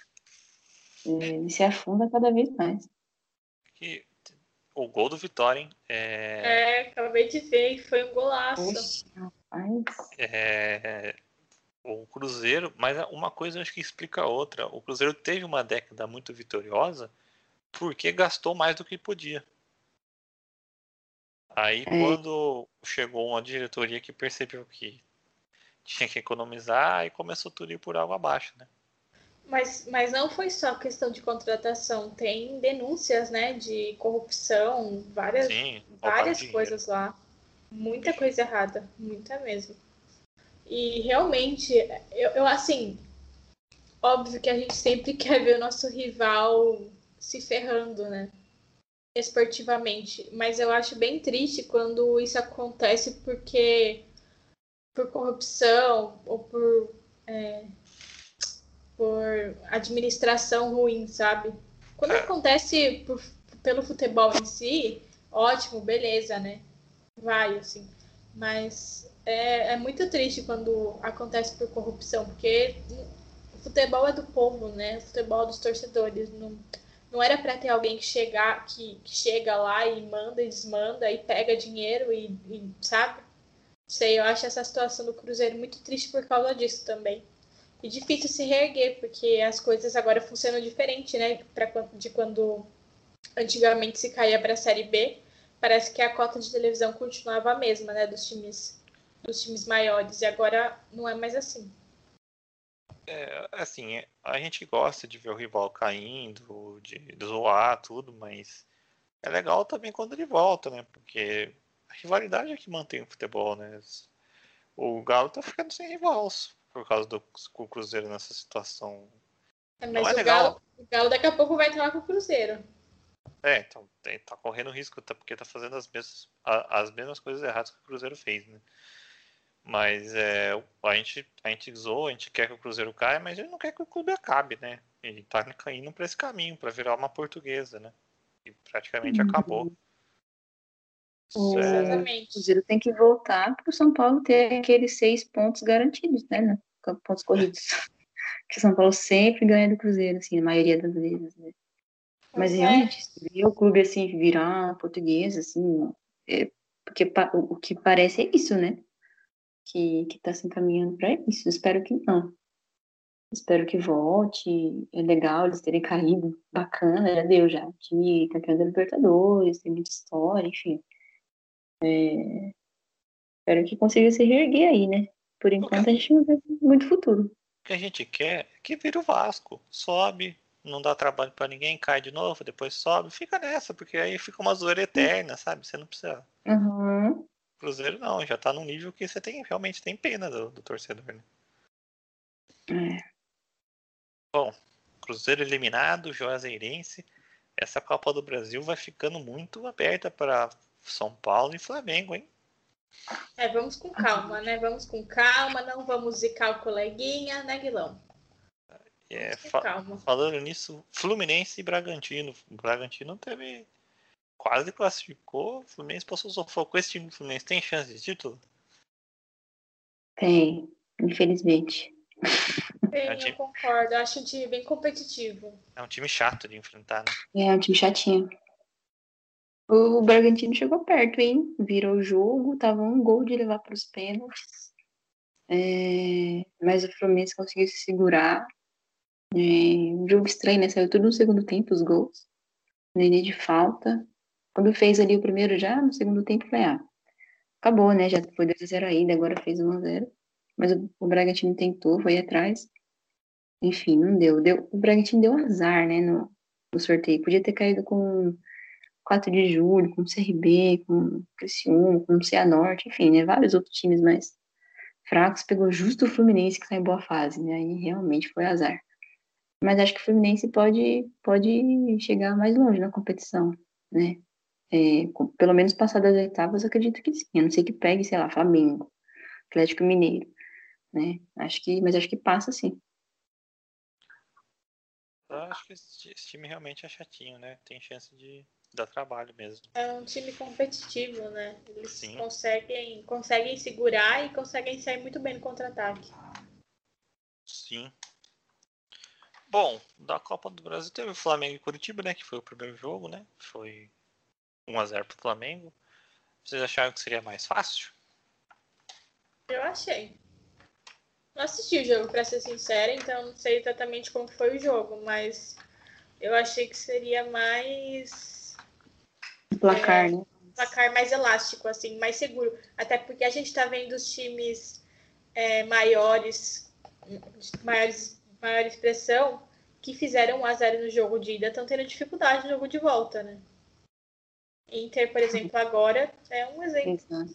se afunda cada vez mais. E o gol do Vitória, hein? Acabei de ver e foi um golaço. Poxa, rapaz. O Cruzeiro, mas uma coisa eu acho que explica a outra. O Cruzeiro teve uma década muito vitoriosa porque gastou mais do que podia. Aí quando chegou uma diretoria que percebeu que tinha que economizar e começou tudo a ir por água abaixo, né? Mas não foi só questão de contratação, tem denúncias, né, de corrupção, Sim, roubaram várias dinheiro. coisas lá. Muita coisa errada, muita mesmo. E realmente, eu assim, óbvio que a gente sempre quer ver o nosso rival se ferrando, né? Esportivamente. Mas eu acho bem triste quando isso acontece por corrupção ou por administração ruim, sabe? Quando acontece pelo futebol em si, ótimo, beleza, né? Vai, assim. Mas é muito triste quando acontece por corrupção, porque o futebol é do povo, né? O futebol é dos torcedores. Não era para ter alguém que chega lá e manda e desmanda e pega dinheiro e sabe? Sei, eu acho essa situação do Cruzeiro muito triste por causa disso também. E difícil se reerguer, porque as coisas agora funcionam diferente, né? De quando antigamente se caía para a Série B. Parece que a cota de televisão continuava a mesma, né? Dos times maiores. E agora não é mais assim. Assim, a gente gosta de ver o rival caindo, de zoar tudo, mas é legal também quando ele volta, né? Porque a rivalidade é que mantém o futebol, né? O Galo tá ficando sem rivais por causa do Cruzeiro nessa situação. Não Mas é o legal. Galo daqui a pouco vai estar lá com o Cruzeiro. Então tá correndo risco, porque tá fazendo as mesmas coisas erradas que o Cruzeiro fez, né? Mas a gente zoa, a gente quer que o Cruzeiro caia, mas ele não quer que o clube acabe, né? Ele tá caindo pra esse caminho, pra virar uma portuguesa, né? E praticamente acabou. Isso O Exatamente. Cruzeiro tem que voltar para o São Paulo ter aqueles 6 pontos garantidos, né? Pontos corridos. Que o São Paulo sempre ganha do Cruzeiro, assim, a maioria das vezes, né? Mas Pois é. realmente, se ver o clube assim virar português, assim, porque o que parece é isso, né? Que tá se encaminhando para isso. Espero que não. Espero que volte. É legal eles terem caído. Bacana, já deu já. Time campeão da Libertadores, tem muita história, enfim. Espero que consiga se reerguer aí, né? Por O que enquanto a gente não vê muito futuro. a gente quer é que vire o Vasco. Sobe, não dá trabalho pra ninguém, cai de novo, depois sobe. Fica nessa, porque aí fica uma zoeira eterna, sabe? Você não precisa. Uhum. Cruzeiro não, já tá num nível que você realmente tem pena do torcedor, né? É. Bom, Cruzeiro eliminado, Juazeirense. Essa Copa do Brasil vai ficando muito aberta para São Paulo e Flamengo, hein? Vamos com calma, né? Vamos com calma, não vamos zicar o coleguinha, né, Guilão? É, Vamos com calma. falando nisso, Fluminense e Bragantino. O Bragantino quase classificou. O Fluminense passou sufoco. Esse time do Fluminense tem chance de título? Tem, infelizmente. É um Bem, eu time, concordo. Eu acho o time bem competitivo. é um time chato de enfrentar, né? É um time chatinho. O Bragantino chegou perto, hein? Virou o jogo, tava um gol de levar para os pênaltis. Mas o Fluminense conseguiu se segurar. Um jogo estranho, né? Saiu tudo no segundo tempo, os gols. Nenê de falta. Quando fez ali o primeiro já, no segundo tempo, foi, acabou, né? Já foi 2-0 ainda, agora fez 1-0. Mas o Bragantino tentou, foi atrás. Enfim, não deu. O Bragantino deu azar, né, no sorteio. Podia ter caído com 4 de julho, com o CRB, com o Criciúma, com o Cianorte, enfim, né? Vários outros times mais fracos. Pegou justo o Fluminense, que tá em boa fase, né? Aí realmente foi azar. Mas acho que o Fluminense pode chegar mais longe na competição, né? Pelo menos passar das oitavas, eu acredito que sim. A não ser que pegue, sei lá, Flamengo, Atlético Mineiro, né? Mas acho que passa sim. Eu acho que esse time realmente é chatinho, né? Tem chance de dar trabalho mesmo. É um time competitivo, né? Eles Sim, conseguem segurar e conseguem sair muito bem no contra-ataque. sim. Bom, da Copa do Brasil teve o Flamengo e Curitiba, né? Que foi o primeiro jogo, né? Foi 1-0 pro Flamengo. Vocês acharam que seria mais fácil? Eu achei. Não assisti o jogo, pra ser sincera, então não sei exatamente como foi o jogo, mas eu achei que seria mais O placar, né? placar mais elástico, assim, mais seguro. Até porque a gente tá vendo os times maiores, maior expressão, que fizeram 1-0 no jogo de ida, estão tendo dificuldade no jogo de volta, né? Inter, por exemplo, agora é um exemplo. Exato.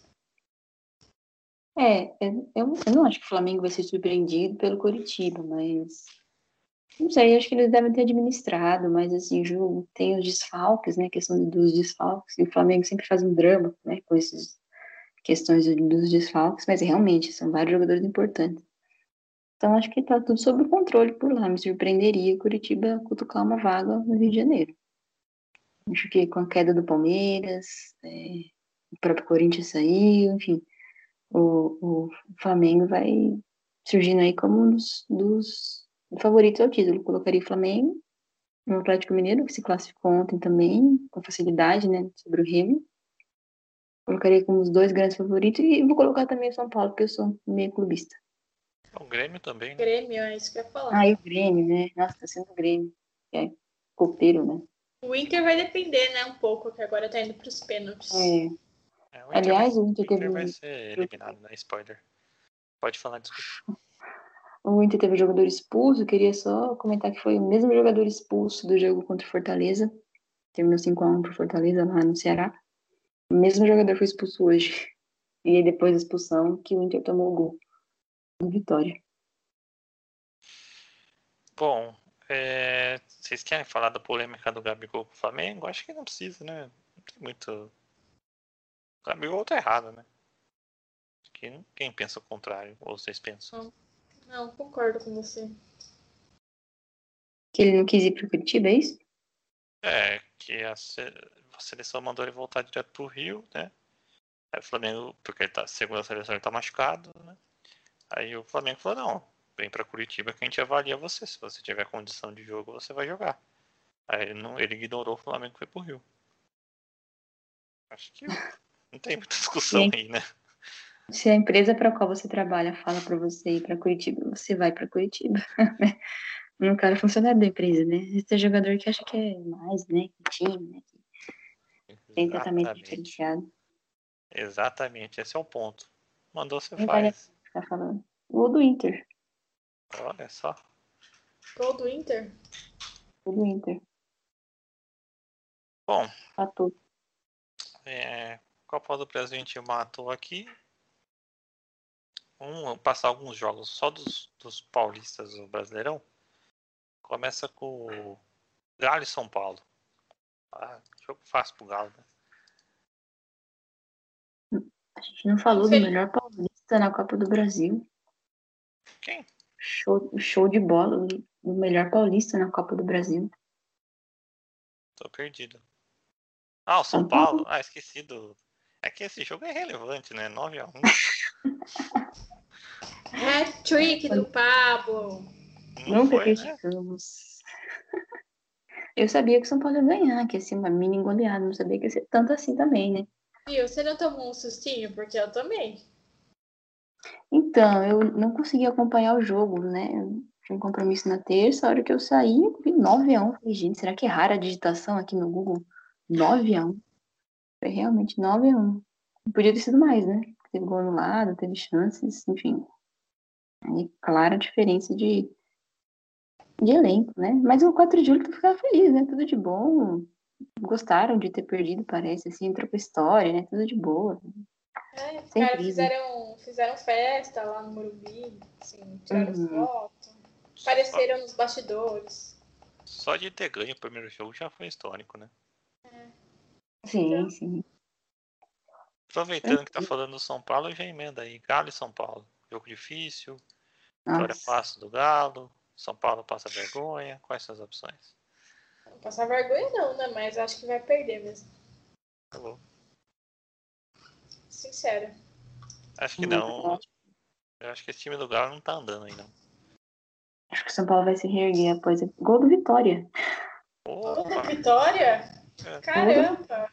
Eu não acho que o Flamengo vai ser surpreendido pelo Coritiba, mas não sei, acho que eles devem ter administrado, mas assim, o jogo tem os desfalques, né? A questão dos desfalques, e o Flamengo sempre faz um drama, né? Com essas questões dos desfalques, mas realmente são vários jogadores importantes. Então acho que tá tudo sob controle por lá. Me surpreenderia o Coritiba cutucar uma vaga no Rio de Janeiro. Acho que com a queda do Palmeiras, o próprio Corinthians saiu, enfim. o Flamengo vai surgindo aí como um dos favoritos ao título. Eu colocaria o Flamengo no Atlético Mineiro, que se classificou ontem também, com facilidade, né, sobre o Remo. Colocaria como os dois grandes favoritos e vou colocar também o São Paulo, porque eu sou meio clubista. O Grêmio também, né? Grêmio, é isso que eu ia falar. Ah, e o Grêmio, né? Nossa, tá sendo o Grêmio. É copeiro, né? O Inter vai depender, né, um pouco, que agora tá indo pros pênaltis. É. O Inter Aliás, o o Inter Inter teve vai ser eliminado, né? Spoiler. Pode falar, desculpa. o Inter teve jogador expulso. Queria só comentar que foi o mesmo jogador expulso do jogo contra o Fortaleza. Terminou 5-1 pro Fortaleza lá no Ceará. O mesmo jogador foi expulso hoje. E aí, depois da expulsão, que o Inter tomou o gol. Vitória. Bom, vocês querem falar da polêmica do Gabigol com o Flamengo? Acho que não precisa, né? Não tem muito. O Gabigol tá errado, né? Quem pensa o contrário? Ou vocês pensam? Não, concordo com você. Que ele não quis ir pro Curitiba, é isso? Que a seleção mandou ele voltar direto pro Rio, né? Aí o Flamengo, porque ele tá, segundo a seleção, ele tá machucado, né? Aí o Flamengo falou, não, vem pra Curitiba que a gente avalia você. Se você tiver condição de jogo, você vai jogar. Aí ele ignorou o Flamengo e foi pro Rio. Acho que não tem muita discussão aí, né? Se a empresa para qual você trabalha fala para você ir para Curitiba, você vai para Curitiba. No cara funcionário da empresa, né? Esse é jogador que acha que é mais, né? Que time, né? Que tem tratamento Exatamente. diferenciado. Exatamente, esse é o ponto. Mandou, você Não vale a faz. pena ficar falando. O do Inter. Olha só. Gol do Inter? O do Inter. Bom, Fator. Copa do Brasil a gente matou aqui. Vamos passar alguns jogos só dos paulistas do Brasileirão. Começa com o Galo e São Paulo. Jogo fácil pro Galo, né? A gente não falou do melhor paulista na Copa do Brasil. Quem? Show de bola do melhor paulista na Copa do Brasil. Tô perdido. Ah, o São Paulo. Ah, esqueci do... É que esse jogo é relevante, né? 9-1. Hat-trick do Pablo. Não Nunca foi, né? criticamos. Eu sabia que o São Paulo ia ganhar, que ia ser uma mini goleada. Não sabia que ia ser tanto assim também, né? Viu, você não tomou um sustinho? Porque eu também. Então, eu não consegui acompanhar o jogo, né? Eu tinha um compromisso na terça, a hora que eu saí, eu vi 9-1. Falei, gente, será que é rara a digitação aqui no Google? 9-1. Foi realmente 9-1. Podia ter sido mais, né? Teve gol anulado, teve chances, enfim. Aí, clara diferença de elenco, né? Mas o 4 de julho tu ficava feliz, né? Tudo de bom. Gostaram de ter perdido, parece, assim, entrou pra história, né? Tudo de boa. Os Sem caras crise. fizeram festa lá no Morumbi, assim, tiraram Uhum. foto, apareceram nos bastidores. Só de ter ganho o primeiro jogo já foi histórico, né? Sim, sim. Aproveitando que tá falando do São Paulo, já emenda aí. Galo e São Paulo. Jogo difícil. Vitória Nossa. fácil do Galo. São Paulo passa vergonha. Quais são as opções? Não passar vergonha não, né? Mas acho que vai perder mesmo. Tá bom. Sincero. Acho que não. Eu acho que esse time do Galo não tá andando aí, não. Acho que o São Paulo vai se reerguer após o gol do Vitória. Gol da Opa! Vitória? Caramba!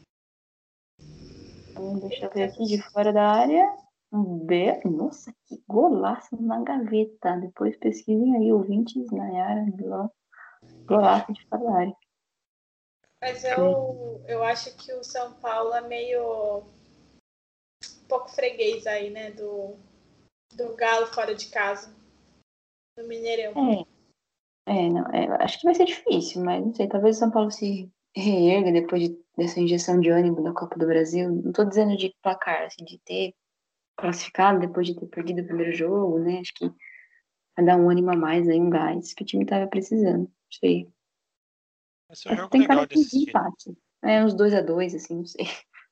Deixa eu ver aqui de fora da área. Nossa, que golaço na gaveta. Depois pesquisem aí, ouvintes, Nayara, golaço de fora da área. Mas eu acho que o São Paulo é meio um pouco freguês aí, né? Do Galo fora de casa. Do Mineirão. Não, acho que vai ser difícil, mas não sei, talvez o São Paulo se reerga depois dessa injeção de ânimo da Copa do Brasil. Não tô dizendo de placar, assim, de ter classificado depois de ter perdido o primeiro jogo, né? Acho que vai dar um ânimo a mais aí, um gás que o time tava precisando. Não sei. Vai ser um jogo Tem cara legal de de assistir, né? empate. Uns 2-2, assim, não sei.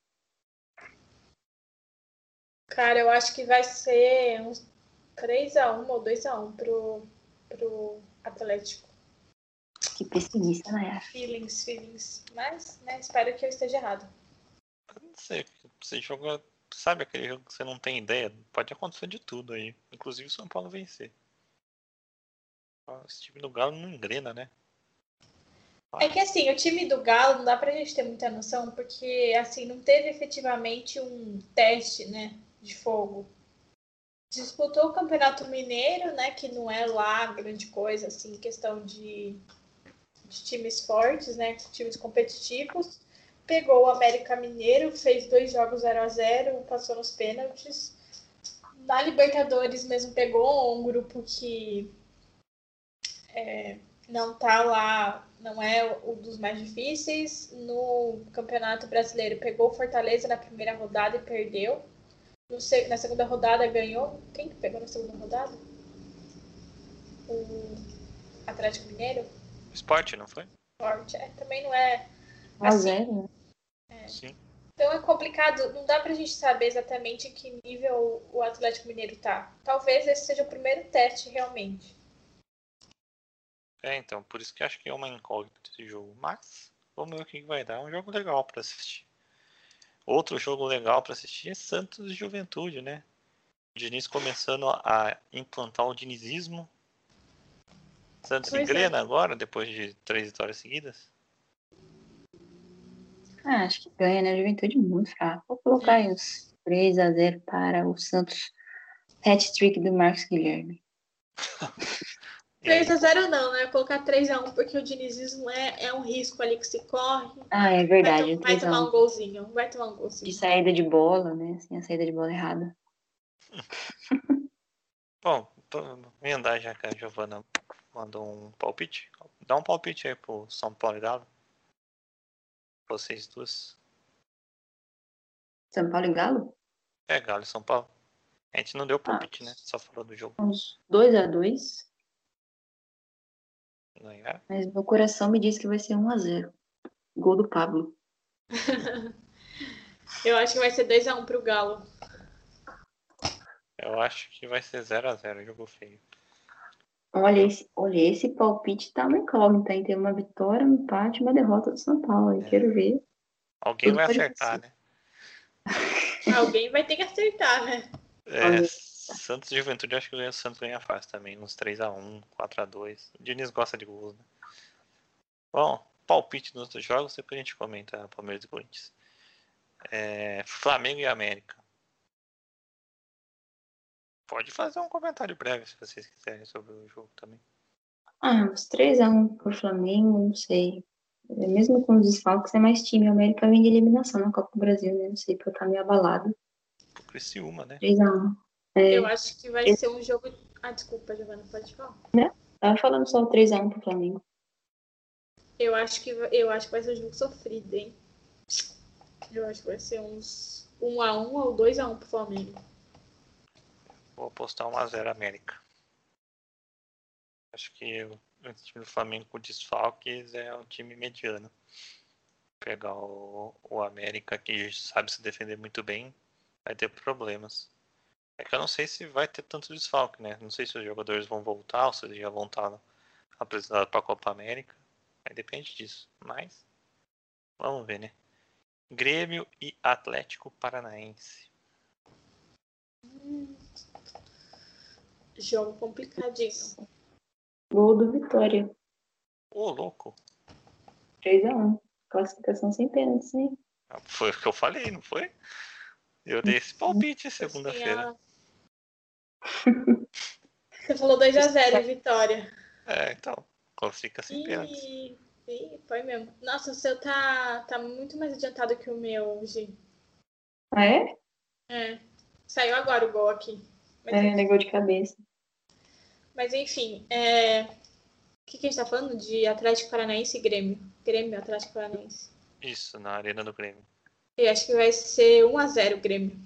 Cara, eu acho que vai ser uns 3-1 ou 2-1 pro Atlético. Que pessimista, né? Feelings. Mas, né, espero que eu esteja errado. Eu não sei. Esse jogo sabe aquele jogo que você não tem ideia? Pode acontecer de tudo aí. Inclusive o São Paulo vencer. Esse time do Galo não engrena, né? É que assim, o time do Galo não dá pra gente ter muita noção, porque assim, não teve efetivamente um teste, né, de fogo. Disputou o Campeonato Mineiro, né, que não é lá grande coisa, assim, questão de times fortes, né, times competitivos. Pegou o América Mineiro, fez 2 jogos 0-0, passou nos pênaltis. Na Libertadores mesmo pegou um grupo que não tá lá, não é um dos mais difíceis. No Campeonato Brasileiro pegou o Fortaleza na primeira rodada e perdeu. Na segunda rodada ganhou. Quem que pegou na segunda rodada? O Atlético Mineiro? Esporte, não foi? Forte. Também não é 1 a assim. 0, né? Sim. Então é complicado, não dá pra gente saber exatamente em que nível o Atlético Mineiro tá. Talvez esse seja o primeiro teste realmente. Então, por isso que acho que é uma incógnita esse jogo. Mas, vamos ver o que vai dar. É um jogo legal pra assistir. Outro jogo legal pra assistir é Santos e Juventude, né? O Diniz começando a implantar o dinizismo. Santos Pois engrena agora, depois de 3 vitórias seguidas. Acho que ganha, né? Juventude muito fraco. Vou colocar aí uns 3 a 0 para o Santos. Hat-trick do Marcos Guilherme. 3-0 não, né? Colocar 3-1 porque o dinizismo é um risco ali que se corre. Ah, é verdade. Vai 3 a tomar 1 um golzinho. Vai tomar um de golzinho. saída de bola, né? Assim, a saída de bola errada. Bom, emendar já que a Giovana mandou um palpite. Dá um palpite aí pro São Paulo e Galo. Vocês duas. São Paulo e Galo? Galo e São Paulo. A gente não deu Ah, palpite, né? Só falou do jogo. uns 2 a 2. Ganhar. Mas meu coração me diz que vai ser 1 a 0. Gol do Pablo. Eu acho que vai ser 2-1 pro Galo. Eu acho que vai ser 0-0, jogo feio. Olha, esse palpite tá uma incógnita, hein? Tem uma vitória, um empate e uma derrota do São Paulo. Eu quero ver. Alguém Tudo vai pode acertar, acontecer. né? Alguém vai ter que acertar, né? Alguém. Santos e Juventude, acho que o Santos ganha fácil também. Uns 3-1, 4-2. O Diniz gosta de gols, né? Bom, palpite nos outros jogos, depois a gente comenta Palmeiras e Corinthians. Flamengo e América. Pode fazer um comentário breve se vocês quiserem sobre o jogo também. Uns 3 a 1 pro Flamengo, não sei. Mesmo com os desfalques, é mais time. A América vem de eliminação na Copa do Brasil, né? Não sei, porque tá meio abalado. Pro Criciúma, né? 3 a 1. Eu acho que vai ser um jogo. Ah, desculpa, Giovana, pode falar. Né? Tava falando só 3 a 1 pro Flamengo. Eu acho que vai ser um jogo sofrido, hein? Eu acho que vai ser uns 1-1 ou 2-1 pro Flamengo. Vou apostar 1-0 América. Acho que o time do Flamengo com desfalques é um time mediano. Pegar o América, que sabe se defender muito bem, vai ter problemas. É que eu não sei se vai ter tanto desfalque, né? Não sei se os jogadores vão voltar ou se eles já vão estar apresentados para a Copa América. Aí depende disso. Mas vamos ver, né? Grêmio e Atlético Paranaense. Jogo complicadinho. Gol do Vitória. Ô, louco! 3 a 1. Classificação sem pênaltis, hein? Foi o que eu falei, não foi? Eu dei esse palpite segunda-feira. Você falou 2-0, Vitória. Então. Classifica sem pênaltis. Foi mesmo. Nossa, o seu tá muito mais adiantado que o meu, Gi. Ah, é? Saiu agora o gol aqui. Negou de cabeça. Mas enfim, o que a gente tá falando? De Atlético Paranaense e Grêmio. Grêmio, Atlético Paranaense. Isso, na Arena do Grêmio. Eu acho que vai ser 1-0 o Grêmio.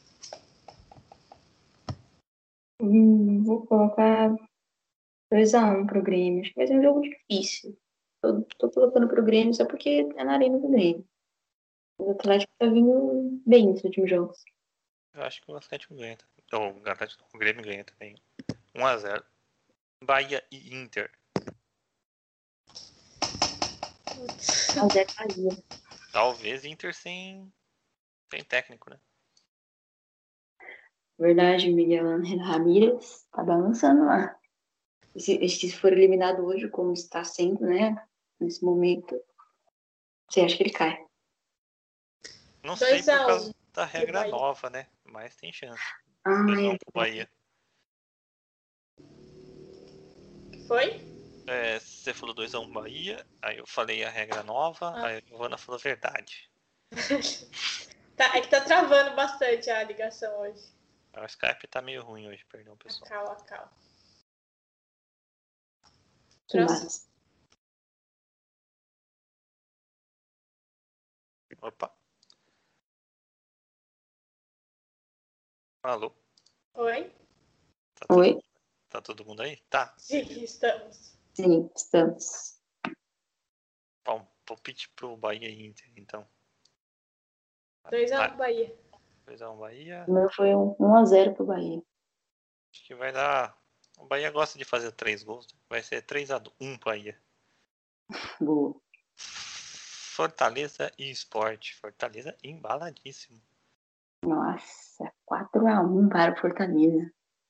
Vou colocar 2 a 1 pro Grêmio. Acho que vai ser um jogo difícil. Tô colocando pro Grêmio só porque é na Arena do Grêmio. O Atlético tá vindo bem nos últimos jogos. Eu acho que o Atlético ganha. O Grêmio ganha também. 1-0. Bahia e Inter. Mas é Bahia. Talvez Inter sem técnico, né? Verdade, Miguel Ramírez tá balançando lá. Se for eliminado hoje, como está sendo, né? Nesse momento, você acha que ele cai? Não sei por 2-1 causa da pro regra Bahia. nova, né? Mas tem chance. Ah, 2-1 pro Bahia. Foi? Você falou 2-1 Bahia, aí eu falei a regra nova, aí a Giovana falou verdade. É que tá travando bastante a ligação hoje. O Skype tá meio ruim hoje, perdão, pessoal. Calma. que massa. Opa. Alô? Oi? Oi? Tá todo mundo aí? Tá. Sim, estamos. Sim, estamos. Bom, palpite pro Bahia e Inter, então. 2-1 pro Bahia. 2-1 Bahia. O meu foi 1-0 pro Bahia. Acho que vai dar. O Bahia gosta de fazer 3 gols. Vai ser 3-1 Bahia. Boa. Fortaleza e Sport. Fortaleza embaladíssimo. Nossa, 4-1 para o Fortaleza.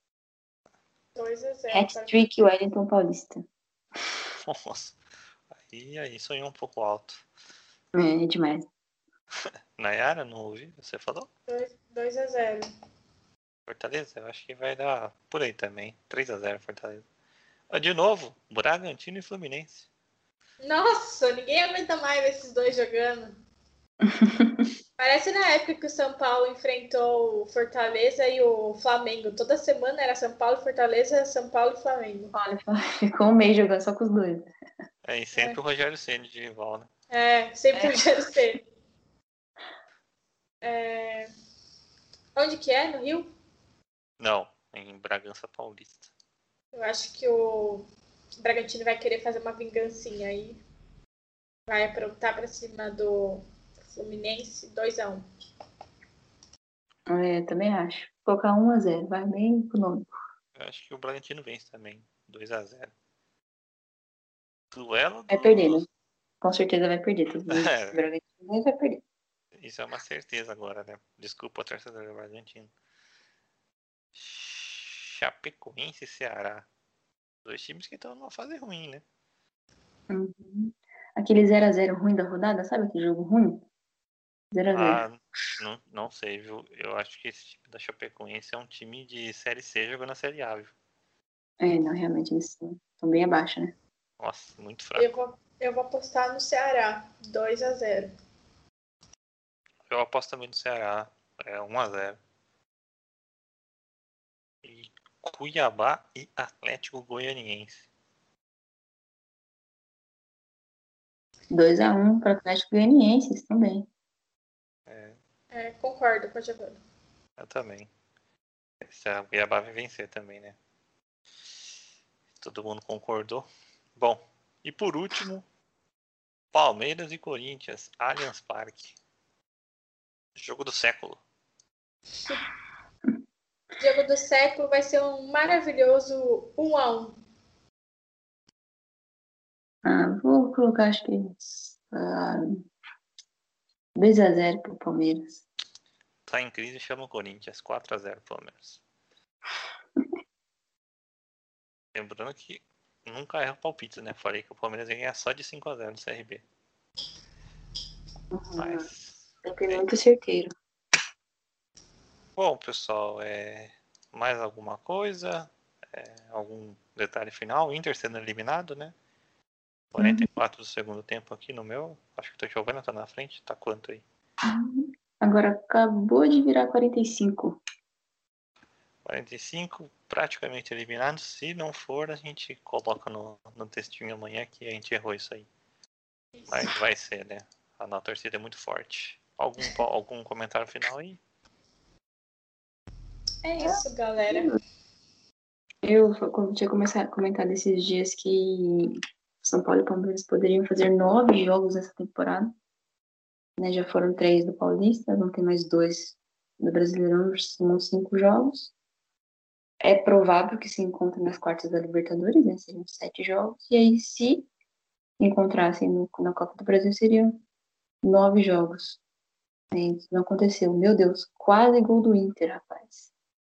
2-0. Hat-trick Wellington Paulista. Nossa. Aí sonhou um pouco alto. É demais. Nayara, não ouvi? Você falou? 2-0. Fortaleza? Eu acho que vai dar por aí também. 3-0 Fortaleza. De novo, Bragantino e Fluminense. Nossa, ninguém aguenta mais ver esses dois jogando. Parece na época que o São Paulo enfrentou o Fortaleza e o Flamengo. Toda semana era São Paulo, Fortaleza, São Paulo e Flamengo. Olha, ficou um mês jogando só com os dois. E sempre o Rogério Ceni de rival, né? Sempre o Rogério Ceni. Onde que é? No Rio? Não, em Bragança Paulista. Eu acho que o Bragantino vai querer fazer uma vingancinha aí. Vai aprontar pra cima do Fluminense 2-1. Também acho. Colocar 1-0, vai bem econômico. Eu acho que o Bragantino vence também. 2-0. Duelo Vai perder, né? dos. Com certeza vai perder. Todo mundo disse que o Bragantino vai perder. Isso é uma certeza agora, né? Desculpa, torcedor do Bragantino. Chapecoense e Ceará. 2 times que estão numa fase ruim, né? Uhum. Aquele 0-0 ruim da rodada, sabe aquele jogo ruim? 0-0. Não sei, viu? Eu acho que esse time da Chapecoense é um time de Série C jogando na Série A, viu? Não, realmente eles estão bem abaixo, né? Nossa, muito fraco. Eu vou apostar no Ceará 2-0. Eu aposto também no Ceará. 1-0. E Cuiabá e Atlético Goianiense. 2-1 para o Atlético Goianiense também. Concordo com a Giovana. Eu também. O Cuiabá vai vencer também, né? Todo mundo concordou. Bom, e por último, Palmeiras e Corinthians, Allianz Parque. Jogo do século. Jogo do século vai ser um maravilhoso 1-1. Vou colocar, acho que 2-0 pro Palmeiras. Tá em crise, chama o Corinthians. 4-0 Palmeiras. Lembrando que nunca erra o palpite, né? Falei que o Palmeiras ia ganhar só de 5-0 no CRB. Mas. Sempre muito certeiro. Bom, pessoal, mais alguma coisa? Algum detalhe final? Inter sendo eliminado, né? 44 do segundo tempo aqui no meu. Acho que o Giovana tá na frente. Tá quanto aí? Agora acabou de virar 45. 45, praticamente eliminado. Se não for, a gente coloca no textinho amanhã que a gente errou isso aí. Mas vai ser, né? A nossa torcida é muito forte. Algum comentário final aí? É isso, galera. Eu tinha começado a comentar desses dias que São Paulo e Palmeiras poderiam fazer 9 jogos nessa temporada. Né? Já foram 3 do Paulista, vão ter mais 2 do Brasileirão, são 5 jogos. É provável que se encontrem nas quartas da Libertadores, né? Seriam 7 jogos. E aí, se encontrassem na Copa do Brasil, seriam 9 jogos. Isso não aconteceu. Meu Deus, quase gol do Inter, rapaz.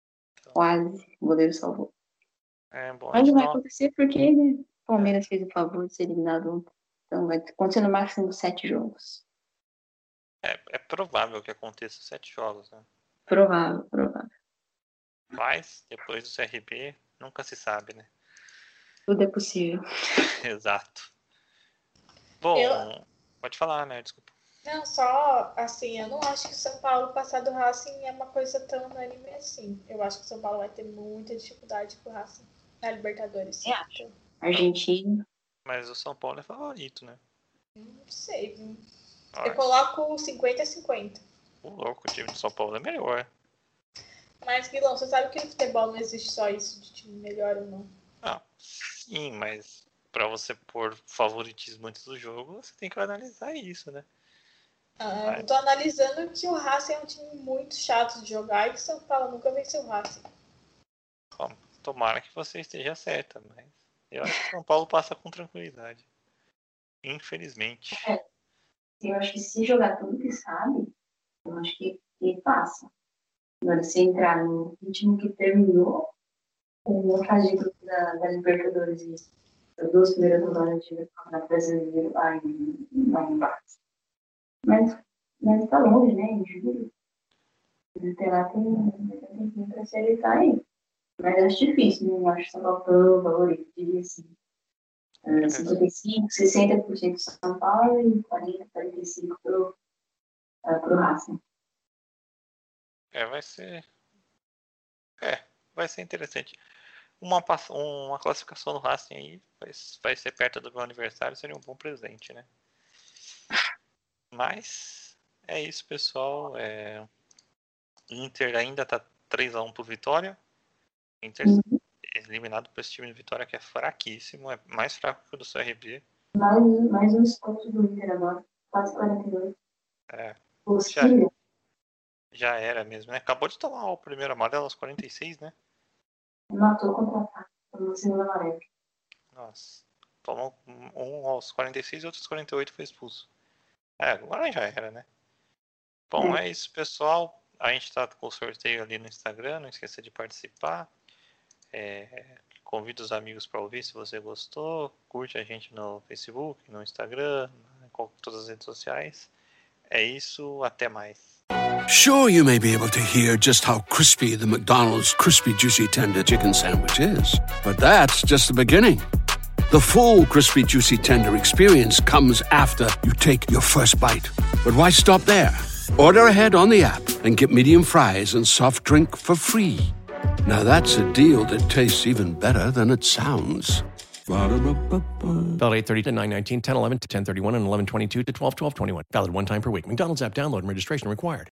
Então, Quase. O goleiro salvou. é bom a Mas gente não vai dar uma... acontecer porque, né? O Palmeiras fez o favor de ser eliminado ontem. Então vai acontecer no máximo 7 jogos. É provável que aconteça 7 jogos, né? Provável, provável. Mas, depois do CRB, nunca se sabe, né? Tudo é possível. Exato. Bom, Eu- pode falar, né? Desculpa. Não, só assim, eu não acho que o São Paulo passar do Racing é uma coisa tão unânime assim. Eu acho que o São Paulo vai ter muita dificuldade com o Racing na Libertadores. Eu acho. Então, Argentina. Mas o São Paulo é favorito, né? não sei. Eu Olha, coloco 50-50. o louco, o time do São Paulo é melhor. Mas, Guilherme, você sabe que no futebol não existe só isso de time melhor ou não. Ah, sim, mas pra você pôr favoritismo antes do jogo, você tem que analisar isso, né? Eu tô analisando que o Racing é um time muito chato de jogar e que o São Paulo nunca venceu o Racing. Tomara que você esteja certa, mas eu acho que o São Paulo passa com tranquilidade. Infelizmente. Eu acho que se jogar tudo que sabe, eu acho que passa. Agora, se entrar no ritmo que terminou, o fase de grupo da Libertadores e as 2 primeiras rodadas de Campeonato Brasileiro, aí não passa. Mas tá longe, né? Em julho. Até lá tem tempo pra se ajeitar aí. Mas acho difícil, não acho que São Paulo tão favorito, diria assim. 55%, 60% São Paulo e 40-45% pro Racing. Vai ser interessante. Uma classificação no Racing aí vai ser perto do meu aniversário, seria um bom presente, né? Mas é isso, pessoal. Inter ainda tá 3-1 pro Vitória. Inter eliminado por esse time do Vitória que é fraquíssimo, é mais fraco que o do CRB. Mais um pontos do Inter agora, quase 42. Já era mesmo, né? Acabou de tomar o primeiro amarelo aos 46, né? Matou o contra-ataque, tomou o segundo amarelo. Nossa. Tomou um aos 46 e outros 48 foi expulso. Agora já era, né? Bom, é isso, pessoal. A gente tá com o sorteio ali no Instagram, não esqueça de participar. Convida os amigos para ouvir se você gostou. Curte a gente no Facebook, no Instagram, em todas as redes sociais. É isso, até mais. Sure, you may be able to hear just how crispy the McDonald's Crispy Juicy Tender Chicken Sandwich is. But that's just the beginning. The full Crispy Juicy Tender experience comes after you take your first bite. But why stop there? Order ahead on the app and get medium fries and soft drink for free. Now that's a deal that tastes even better than it sounds. Valid 8/30 to 9/19, 10/11 to 10/31, and 11/22 to 12/12/21. Valid one time per week. McDonald's app download and registration required.